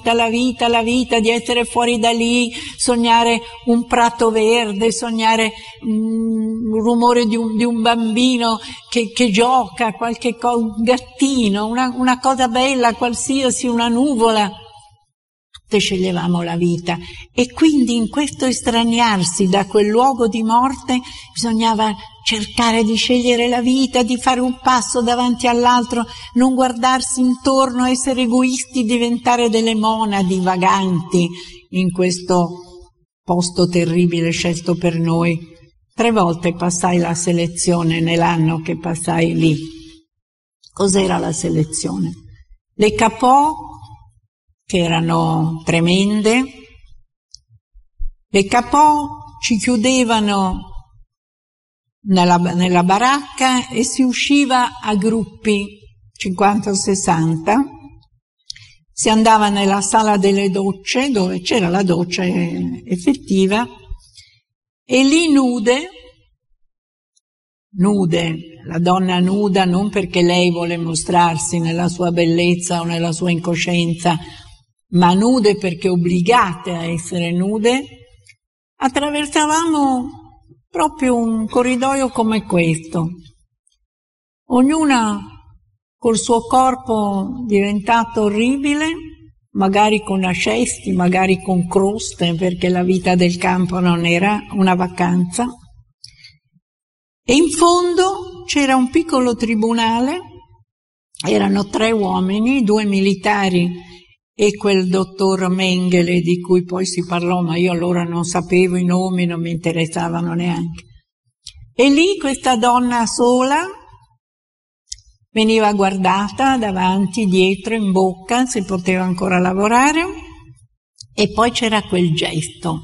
di essere fuori da lì, sognare un prato verde, sognare il rumore di un bambino che gioca, un gattino, una cosa bella qualsiasi, una nuvola. Tutte sceglievamo la vita e quindi in questo estraniarsi da quel luogo di morte bisognava cercare di scegliere la vita, di fare un passo davanti all'altro, non guardarsi intorno, essere egoisti, diventare delle monadi vaganti in questo posto terribile scelto per noi. 3 volte passai la selezione nell'anno che passai lì. Cos'era la selezione? le capò, che erano tremende, le capò ci chiudevano nella baracca e si usciva a gruppi, 50 o 60, si andava nella sala delle docce, dove c'era la doccia effettiva, e lì nude, la donna nuda non perché lei vuole mostrarsi nella sua bellezza o nella sua incoscienza, ma nude perché obbligate a essere nude, attraversavamo proprio un corridoio come questo, ognuna col suo corpo diventato orribile, magari con ascesti, magari con croste, perché la vita del campo non era una vacanza. E in fondo c'era un piccolo tribunale, erano 3 uomini, 2 militari e quel dottor Mengele di cui poi si parlò, ma io allora non sapevo i nomi, non mi interessavano neanche. E lì questa donna sola veniva guardata davanti, dietro, in bocca, se poteva ancora lavorare, e poi c'era quel gesto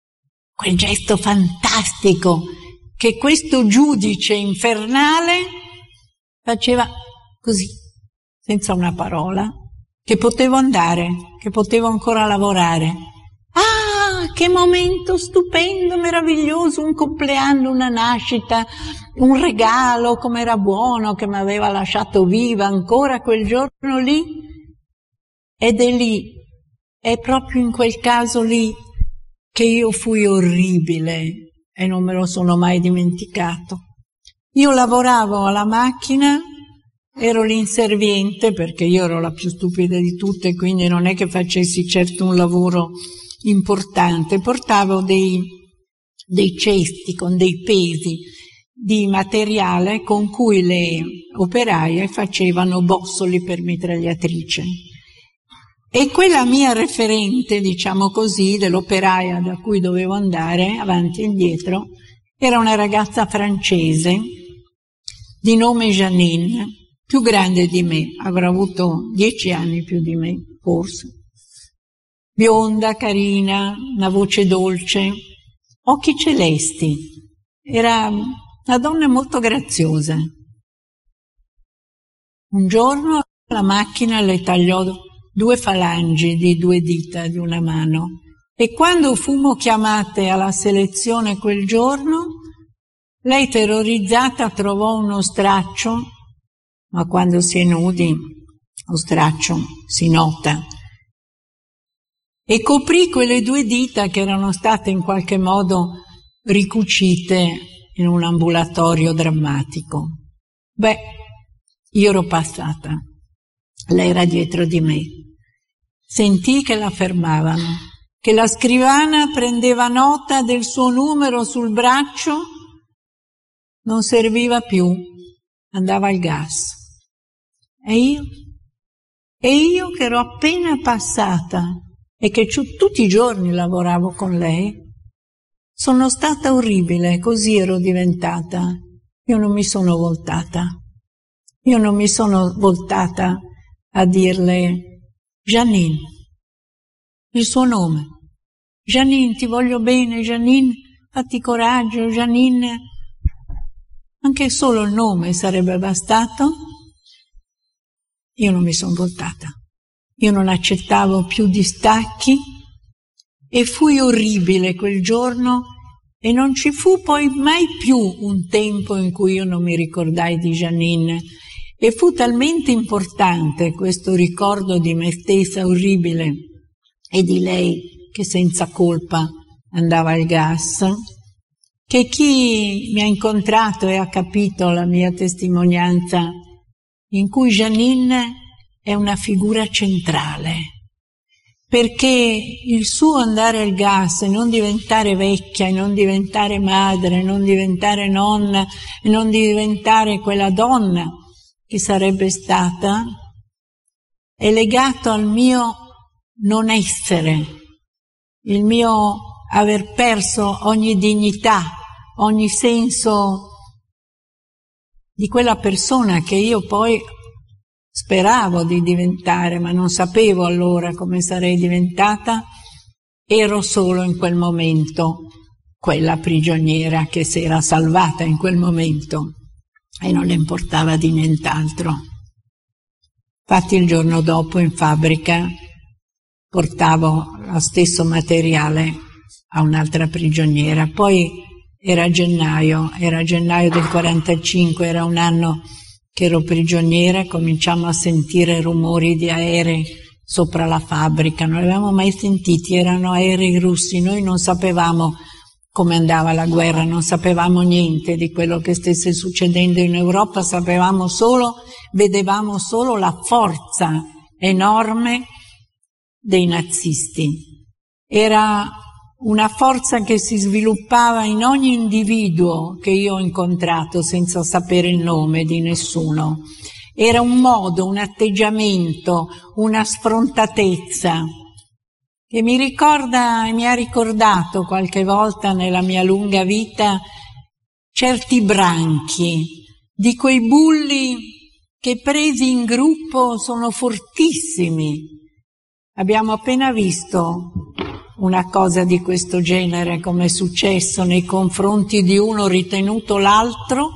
fantastico che questo giudice infernale faceva così, senza una parola, che potevo andare, che potevo ancora lavorare. Ah, che momento stupendo, meraviglioso, un compleanno, una nascita, un regalo, come era buono, che mi aveva lasciato viva ancora quel giorno lì. Ed è lì, è proprio in quel caso lì che io fui orribile e non me lo sono mai dimenticato. Io lavoravo alla macchina, ero l'inserviente perché io ero la più stupida di tutte, quindi non è che facessi certo un lavoro importante, portavo dei cesti con dei pesi di materiale con cui le operaie facevano bossoli per mitragliatrice. E quella mia referente, diciamo così, dell'operaia da cui dovevo andare avanti e indietro, era una ragazza francese di nome Janine, più grande di me, avrà avuto 10 anni più di me, forse. Bionda, carina, una voce dolce, occhi celesti. Era una donna molto graziosa. Un giorno la macchina le tagliò 2 falangi di 2 dita di una mano e quando fummo chiamate alla selezione quel giorno, lei terrorizzata trovò uno straccio, ma quando si è nudi lo straccio si nota, e coprì quelle 2 dita che erano state in qualche modo ricucite in un ambulatorio drammatico. Beh, io ero passata, lei era dietro di me. Sentii che la fermavano, che la scrivana prendeva nota del suo numero sul braccio, non serviva più, andava al gas. E io che ero appena passata e che tutti i giorni lavoravo con lei, sono stata orribile, così ero diventata. Io non mi sono voltata a dirle Janine, il suo nome. Janine, ti voglio bene, Janine, fatti coraggio, Janine. Anche solo il nome sarebbe bastato. Io non mi sono voltata. Io non accettavo più distacchi e fui orribile quel giorno e non ci fu poi mai più un tempo in cui io non mi ricordai di Janine. E fu talmente importante questo ricordo di me stessa orribile e di lei che senza colpa andava al gas, che chi mi ha incontrato e ha capito la mia testimonianza, in cui Janine è una figura centrale, perché il suo andare al gas e non diventare vecchia, e non diventare madre, e non diventare nonna, e non diventare quella donna che sarebbe stata, è legato al mio non essere, il mio aver perso ogni dignità, ogni senso di quella persona che io poi speravo di diventare, ma non sapevo allora come sarei diventata, ero solo in quel momento quella prigioniera che si era salvata in quel momento e non le importava di nient'altro. Infatti il giorno dopo in fabbrica portavo lo stesso materiale a un'altra prigioniera, poi era gennaio del 45, era un anno che ero prigioniera, cominciamo a sentire rumori di aerei sopra la fabbrica, non li avevamo mai sentiti, erano aerei russi, noi non sapevamo come andava la guerra, non sapevamo niente di quello che stesse succedendo in Europa, vedevamo solo la forza enorme dei nazisti. Era una forza che si sviluppava in ogni individuo che io ho incontrato senza sapere il nome di nessuno. Era un modo, un atteggiamento, una sfrontatezza che mi ricorda e mi ha ricordato qualche volta nella mia lunga vita certi branchi di quei bulli che presi in gruppo sono fortissimi. Abbiamo appena visto una cosa di questo genere, come è successo nei confronti di uno ritenuto l'altro,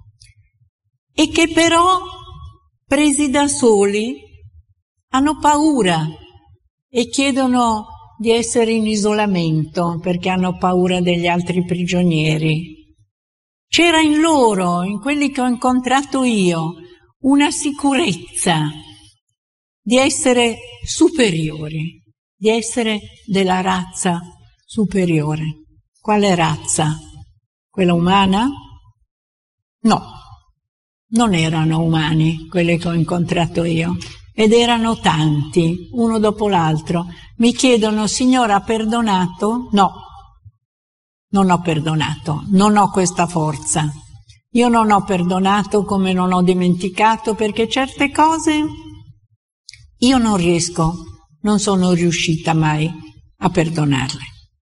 e che però, presi da soli, hanno paura e chiedono di essere in isolamento perché hanno paura degli altri prigionieri. C'era in loro, in quelli che ho incontrato io, una sicurezza di essere superiori, di essere della razza superiore. Quale razza? Quella umana? No, non erano umani quelli che ho incontrato io, ed erano tanti, uno dopo l'altro. Mi chiedono: signora, ha perdonato? No, non ho perdonato, non ho questa forza. Io non ho perdonato come non ho dimenticato, perché certe cose io non riesco, non sono riuscita mai a perdonarle.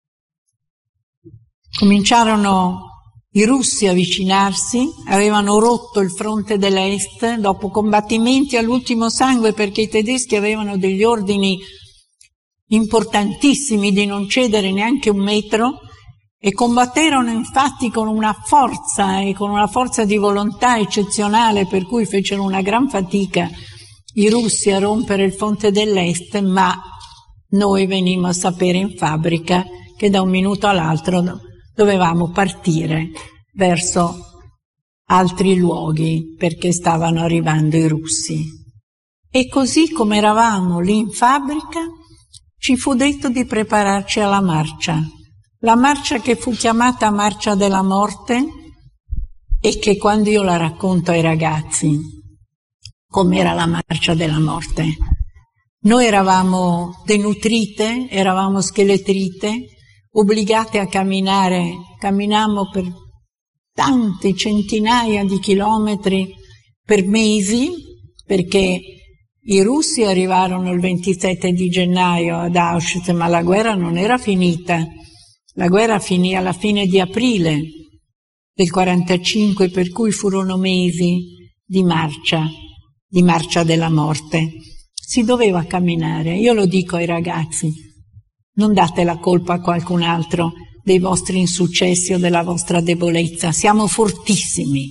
Cominciarono i russi a avvicinarsi, avevano rotto il fronte dell'Est dopo combattimenti all'ultimo sangue, perché i tedeschi avevano degli ordini importantissimi di non cedere neanche un metro, e combatterono infatti con una forza e con una forza di volontà eccezionale, per cui fecero una gran fatica i russi a rompere il fronte dell'Est, ma noi venimmo a sapere in fabbrica che da un minuto all'altro dovevamo partire verso altri luoghi perché stavano arrivando i russi. E così come eravamo lì in fabbrica, ci fu detto di prepararci alla marcia. La marcia che fu chiamata Marcia della Morte, e che quando io la racconto ai ragazzi, com'era la Marcia della Morte, noi eravamo denutrite, eravamo scheletrite, obbligate a camminare, camminammo per tante centinaia di chilometri per mesi, perché i russi arrivarono il 27 di gennaio ad Auschwitz, ma la guerra non era finita. La guerra finì alla fine di aprile del 45, per cui furono mesi di marcia della morte. Si doveva camminare. Io lo dico ai ragazzi: non date la colpa a qualcun altro dei vostri insuccessi o della vostra debolezza. Siamo fortissimi,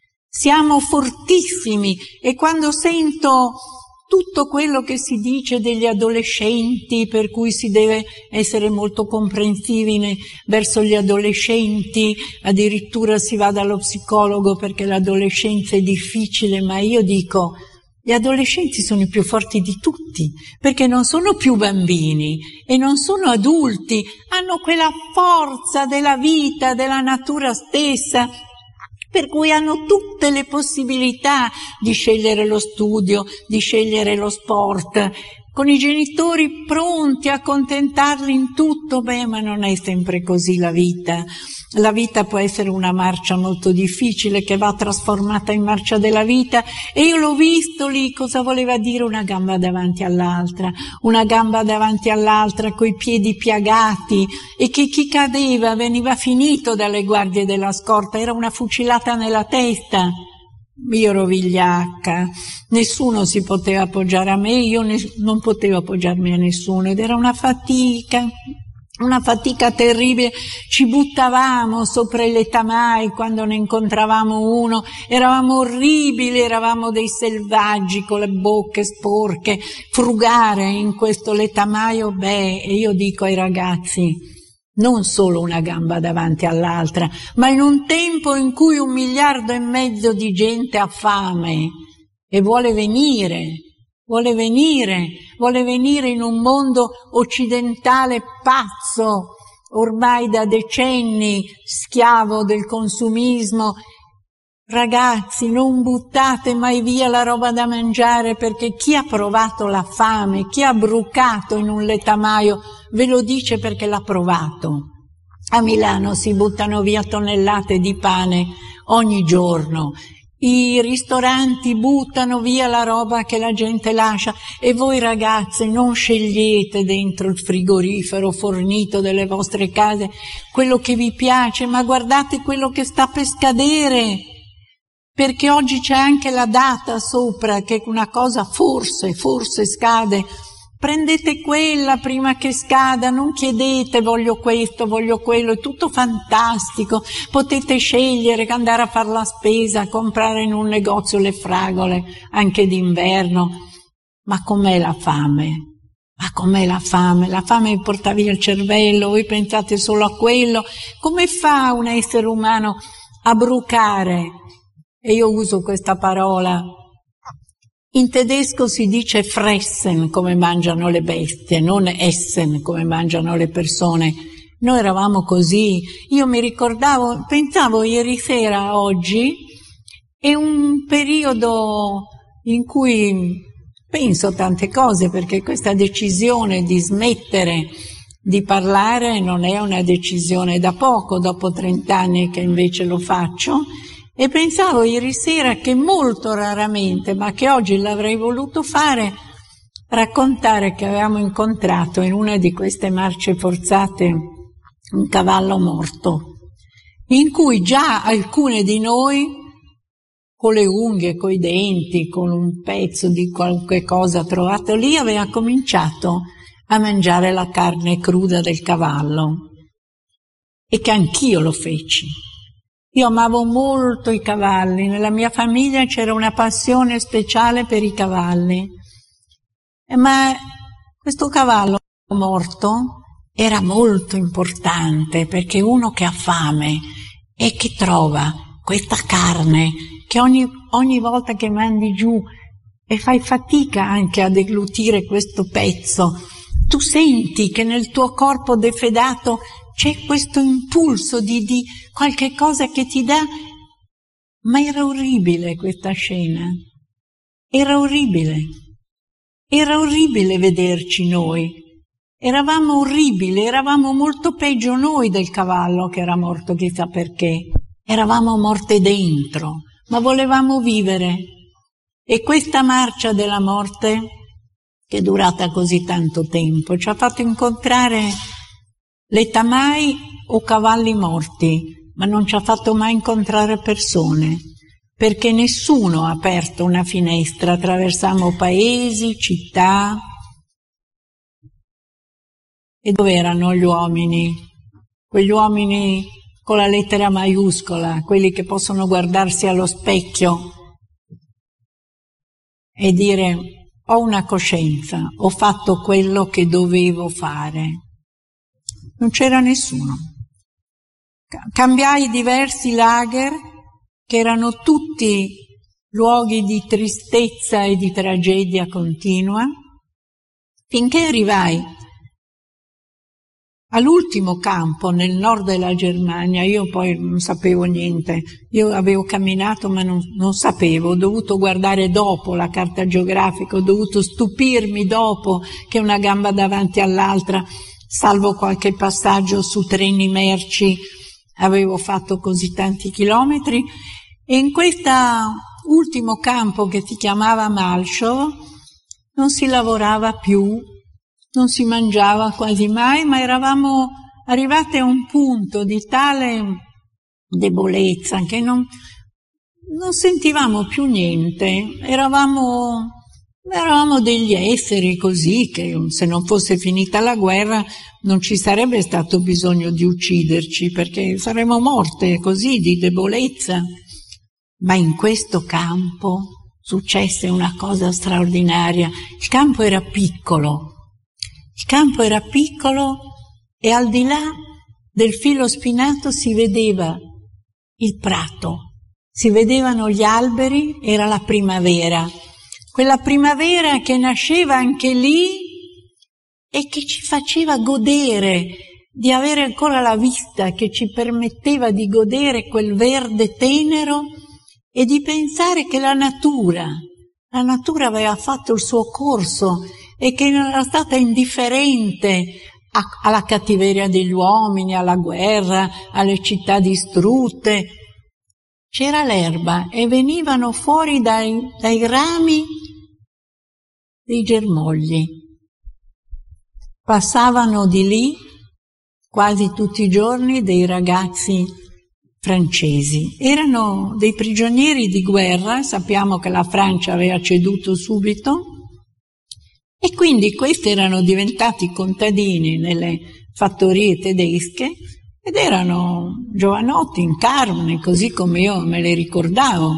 e quando sento tutto quello che si dice degli adolescenti, per cui si deve essere molto comprensivi verso gli adolescenti, addirittura si va dallo psicologo perché l'adolescenza è difficile, ma io dico: gli adolescenti sono i più forti di tutti, perché non sono più bambini e non sono adulti, hanno quella forza della vita, della natura stessa, per cui hanno tutte le possibilità di scegliere lo studio, di scegliere lo sport, con i genitori pronti a accontentarli in tutto. Ma non è sempre così la vita. La vita può essere una marcia molto difficile che va trasformata in marcia della vita, e io l'ho visto lì cosa voleva dire una gamba davanti all'altra coi piedi piagati, e che chi cadeva veniva finito dalle guardie della scorta, era una fucilata nella testa. io ero vigliacca, nessuno si poteva appoggiare a me, io non potevo appoggiarmi a nessuno ed era una fatica terribile. Ci buttavamo sopra i letamai quando ne incontravamo uno, eravamo orribili, eravamo dei selvaggi con le bocche sporche, frugare in questo letamaio, e io dico ai ragazzi, non solo una gamba davanti all'altra, ma in un tempo in cui 1,5 miliardi di gente ha fame e vuole venire in un mondo occidentale pazzo, ormai da decenni schiavo del consumismo. Ragazzi, non buttate mai via la roba da mangiare, perché chi ha provato la fame, chi ha brucato in un letamaio, ve lo dice perché l'ha provato. A Milano si buttano via tonnellate di pane ogni giorno. I ristoranti buttano via la roba che la gente lascia e voi ragazze non scegliete dentro il frigorifero fornito delle vostre case quello che vi piace, ma guardate quello che sta per scadere, perché oggi c'è anche la data sopra che una cosa forse scade. Prendete quella prima che scada, non chiedete voglio questo, voglio quello, è tutto fantastico, potete scegliere, andare a fare la spesa, comprare in un negozio le fragole, anche d'inverno. Ma com'è la fame? Ma com'è la fame? La fame vi porta via il cervello, voi pensate solo a quello. Come fa un essere umano a brucare? E io uso questa parola. In tedesco si dice fressen come mangiano le bestie, non essen come mangiano le persone. Noi eravamo così. Io mi ricordavo, pensavo ieri sera, oggi, è un periodo in cui penso tante cose, perché questa decisione di smettere di parlare non è una decisione da poco, dopo 30 anni che invece lo faccio. E pensavo ieri sera che molto raramente, ma che oggi l'avrei voluto fare, raccontare che avevamo incontrato in una di queste marce forzate un cavallo morto, in cui già alcune di noi, con le unghie, coi denti, con un pezzo di qualche cosa trovato lì, aveva cominciato a mangiare la carne cruda del cavallo, e che anch'io lo feci. Io amavo molto i cavalli, nella mia famiglia c'era una passione speciale per i cavalli, ma questo cavallo morto era molto importante, perché uno che ha fame e che trova questa carne che ogni volta che mandi giù e fai fatica anche a deglutire questo pezzo, tu senti che nel tuo corpo defedato c'è questo impulso di qualche cosa che ti dà, ma era orribile questa scena, era orribile vederci noi, eravamo orribili, eravamo molto peggio noi del cavallo che era morto chissà perché, eravamo morte dentro, ma volevamo vivere, e questa marcia della morte, che è durata così tanto tempo, ci ha fatto incontrare letamai o cavalli morti, ma non ci ha fatto mai incontrare persone, perché nessuno ha aperto una finestra, attraversammo paesi, città. E dove erano gli uomini? Quegli uomini con la lettera maiuscola, quelli che possono guardarsi allo specchio e dire ho una coscienza, ho fatto quello che dovevo fare. Non c'era nessuno. Cambiai diversi lager che erano tutti luoghi di tristezza e di tragedia continua, finché arrivai all'ultimo campo nel nord della Germania. Io poi non sapevo niente, io avevo camminato ma non sapevo, ho dovuto guardare dopo la carta geografica, ho dovuto stupirmi dopo che una gamba davanti all'altra, salvo qualche passaggio su treni merci, avevo fatto così tanti chilometri, e in questo ultimo campo che si chiamava Malchow non si lavorava più, non si mangiava quasi mai, ma eravamo arrivate a un punto di tale debolezza che non non sentivamo più niente, eravamo degli esseri così che se non fosse finita la guerra non ci sarebbe stato bisogno di ucciderci perché saremmo morte così di debolezza. Ma in questo campo successe una cosa straordinaria. Il campo era piccolo e al di là del filo spinato si vedeva il prato, si vedevano gli alberi, era la primavera. Quella primavera che nasceva anche lì e che ci faceva godere di avere ancora la vista, che ci permetteva di godere quel verde tenero e di pensare che la natura aveva fatto il suo corso e che non era stata indifferente alla cattiveria degli uomini, alla guerra, alle città distrutte. C'era l'erba e venivano fuori dai rami dei germogli. Passavano di lì quasi tutti i giorni dei ragazzi francesi. Erano dei prigionieri di guerra, sappiamo che la Francia aveva ceduto subito, e quindi questi erano diventati contadini nelle fattorie tedesche ed erano giovanotti in carne, così come io me li ricordavo.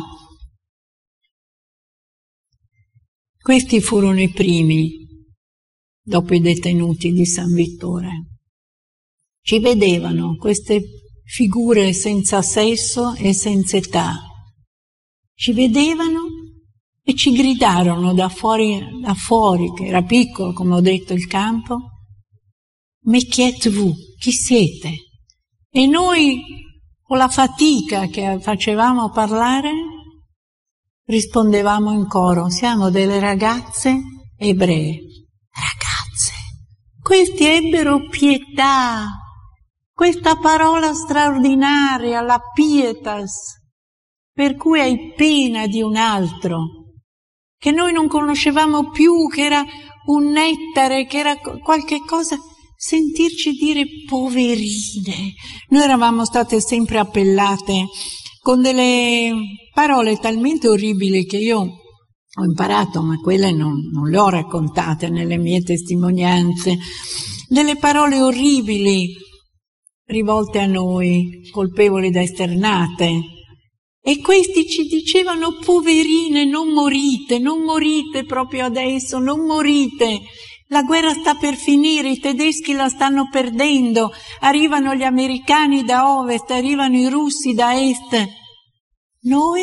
Questi furono i primi, dopo i detenuti di San Vittore. Ci vedevano queste figure senza sesso e senza età. Ci vedevano e ci gridarono da fuori, che era piccolo, come ho detto, il campo: «Mais qui êtes-vous? Chi siete?» E noi, con la fatica che facevamo parlare, rispondevamo in coro: «Siamo delle ragazze ebree». Ragazze! Questi ebbero pietà, questa parola straordinaria, la pietas, per cui hai pena di un altro, che noi non conoscevamo più, che era un nettare, che era qualche cosa, sentirci dire poverine. Noi eravamo state sempre appellate con delle parole talmente orribili che io ho imparato, ma quelle non le ho raccontate nelle mie testimonianze, delle parole orribili rivolte a noi, colpevoli da esternate. E questi ci dicevano: poverine, non morite proprio adesso, non morite. La guerra sta per finire, i tedeschi la stanno perdendo, arrivano gli americani da ovest, arrivano i russi da est. Noi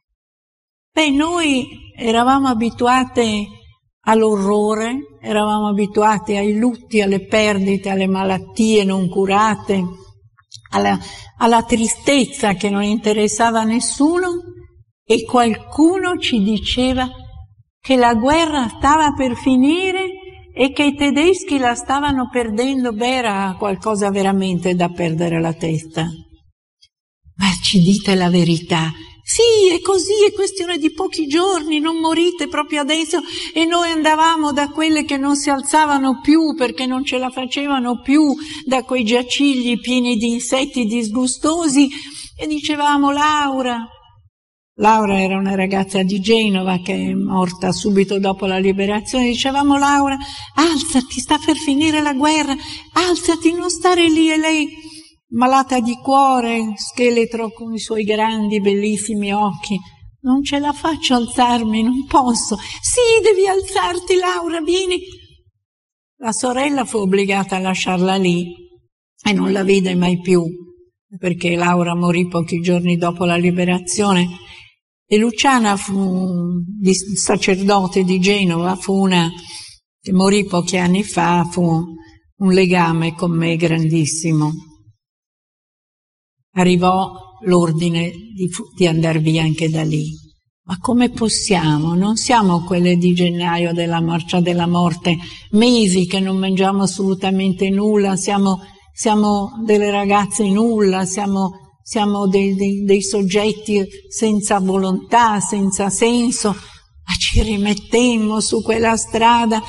eravamo abituate all'orrore, eravamo abituate ai lutti, alle perdite, alle malattie non curate, alla tristezza che non interessava a nessuno, e qualcuno ci diceva che la guerra stava per finire e che i tedeschi la stavano perdendo. Beh, era qualcosa veramente da perdere la testa. Ma ci dite la verità? Sì, è così, è questione di pochi giorni, non morite proprio adesso. E noi andavamo da quelle che non si alzavano più perché non ce la facevano più, da quei giacigli pieni di insetti disgustosi, e dicevamo: Laura era una ragazza di Genova che è morta subito dopo la liberazione. Dicevamo: Laura, alzati, sta per finire la guerra, alzati, non stare lì. E lei, malata di cuore, scheletro con i suoi grandi, bellissimi occhi: non ce la faccio alzarmi, non posso. Sì, devi alzarti, Laura, vieni. La sorella fu obbligata a lasciarla lì e non la vide mai più, perché Laura morì pochi giorni dopo la liberazione. E Luciana sacerdote di Genova, fu una che morì pochi anni fa, fu un legame con me grandissimo. Arrivò l'ordine di andar via anche da lì. Ma come possiamo? Non siamo quelle di gennaio della marcia della morte, mesi che non mangiamo assolutamente nulla, siamo delle ragazze nulla, siamo dei soggetti senza volontà, senza senso. Ma ci rimettemmo su quella strada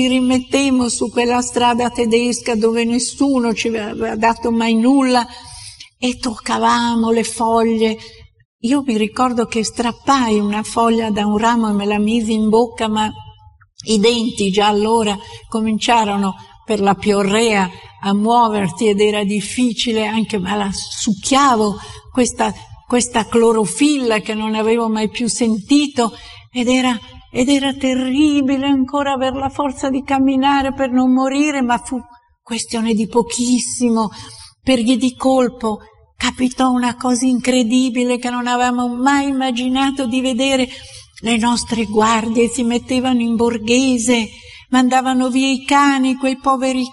tedesca dove nessuno ci aveva dato mai nulla, e toccavamo le foglie io mi ricordo che strappai una foglia da un ramo e me la misi in bocca, ma i denti già allora cominciarono per la piorrea a muoversi ed era difficile anche, ma la succhiavo questa clorofilla che non avevo mai più sentito ed era terribile ancora aver la forza di camminare per non morire, ma fu questione di pochissimo. Per gli di colpo capitò una cosa incredibile che non avevamo mai immaginato di vedere. Le nostre guardie si mettevano in borghese, mandavano via i cani, quei poveri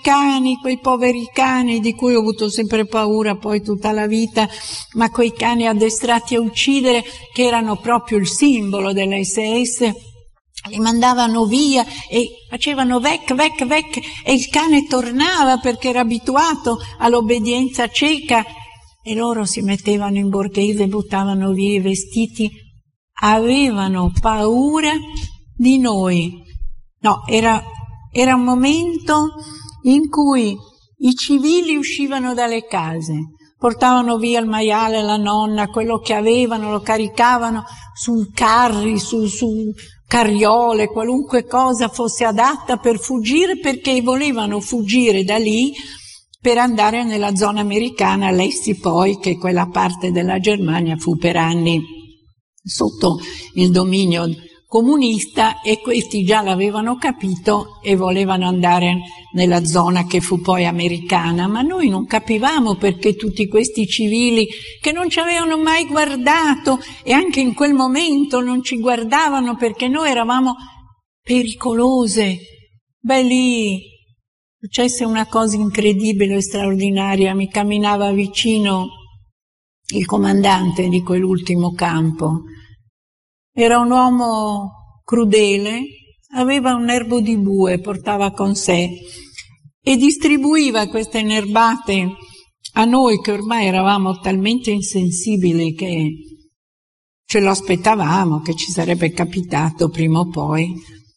cani di cui ho avuto sempre paura poi tutta la vita, ma quei cani addestrati a uccidere che erano proprio il simbolo dell'SS, li mandavano via e facevano vec e il cane tornava perché era abituato all'obbedienza cieca e loro si mettevano in borghese e buttavano via i vestiti. Avevano paura di noi. No, era un momento in cui i civili uscivano dalle case, portavano via il maiale, la nonna, quello che avevano, lo caricavano su carri, su carriole, qualunque cosa fosse adatta per fuggire, perché volevano fuggire da lì per andare nella zona americana, l'Esti poi, che quella parte della Germania fu per anni sotto il dominio comunista e questi già l'avevano capito e volevano andare nella zona che fu poi americana, ma noi non capivamo perché tutti questi civili che non ci avevano mai guardato e anche in quel momento non ci guardavano perché noi eravamo pericolose. Beh, lì successe una cosa incredibile e straordinaria, mi camminava vicino il comandante di quell'ultimo campo. Era un uomo crudele, aveva un erbo di bue, portava con sé e distribuiva queste nerbate a noi che ormai eravamo talmente insensibili che ce lo aspettavamo, che ci sarebbe capitato prima o poi.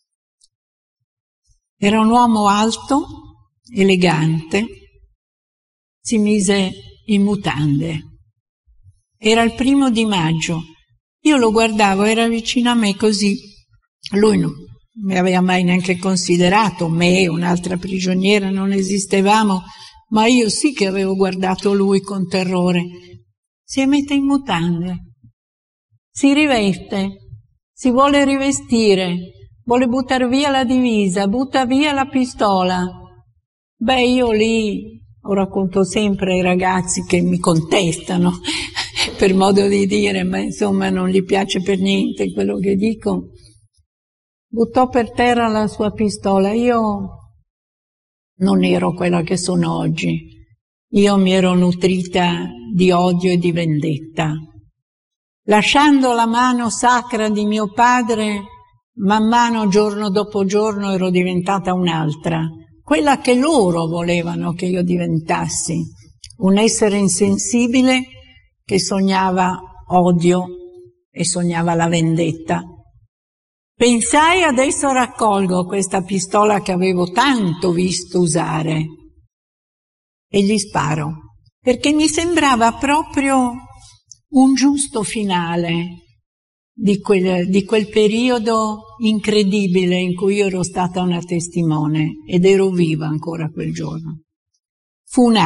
Era un uomo alto, elegante, si mise in mutande. Era il 1° maggio. Io lo guardavo, era vicino a me così. Lui non mi aveva mai neanche considerato, me, un'altra prigioniera, non esistevamo, ma io sì che avevo guardato lui con terrore. Si mette in mutande, si riveste, si vuole rivestire, vuole buttare via la divisa, butta via la pistola. Beh, io lì, lo racconto sempre ai ragazzi che mi contestano, per modo di dire, ma insomma non gli piace per niente quello che dico. Buttò per terra la sua pistola. Io non ero quella che sono oggi. Io mi ero nutrita di odio e di vendetta. Lasciando la mano sacra di mio padre, man mano, giorno dopo giorno, ero diventata un'altra, quella che loro volevano che io diventassi, un essere insensibile che sognava odio e sognava la vendetta. Pensai, adesso raccolgo questa pistola che avevo tanto visto usare e gli sparo, perché mi sembrava proprio un giusto finale di quel periodo incredibile in cui io ero stata una testimone ed ero viva ancora quel giorno. Fu un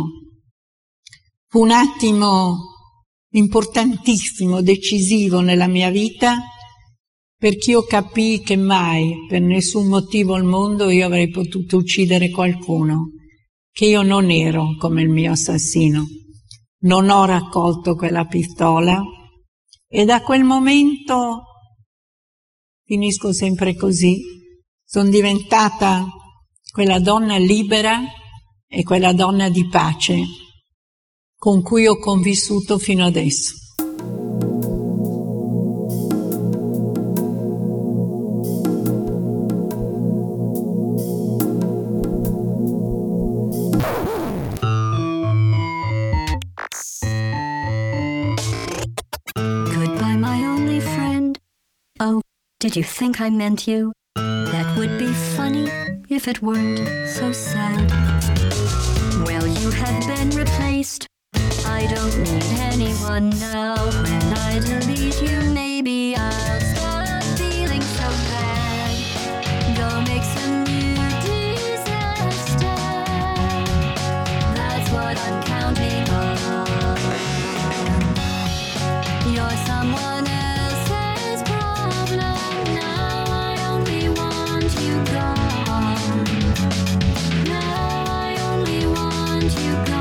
attimo importantissimo, decisivo nella mia vita, perché io capii che mai, per nessun motivo al mondo, io avrei potuto uccidere qualcuno, che io non ero come il mio assassino. Non ho raccolto quella pistola e da quel momento finisco sempre così. Sono diventata quella donna libera e quella donna di pace con cui ho convissuto fino adesso. Goodbye, my only friend. Oh, did you think I meant you? That would be funny if it weren't so sad. Well, you have been replaced. I don't need anyone now when try to leave you, maybe I'll stop feeling so bad. Go make some new disaster. That's what I'm counting on. You're someone else's problem. Now I only want you gone. Now I only want you gone.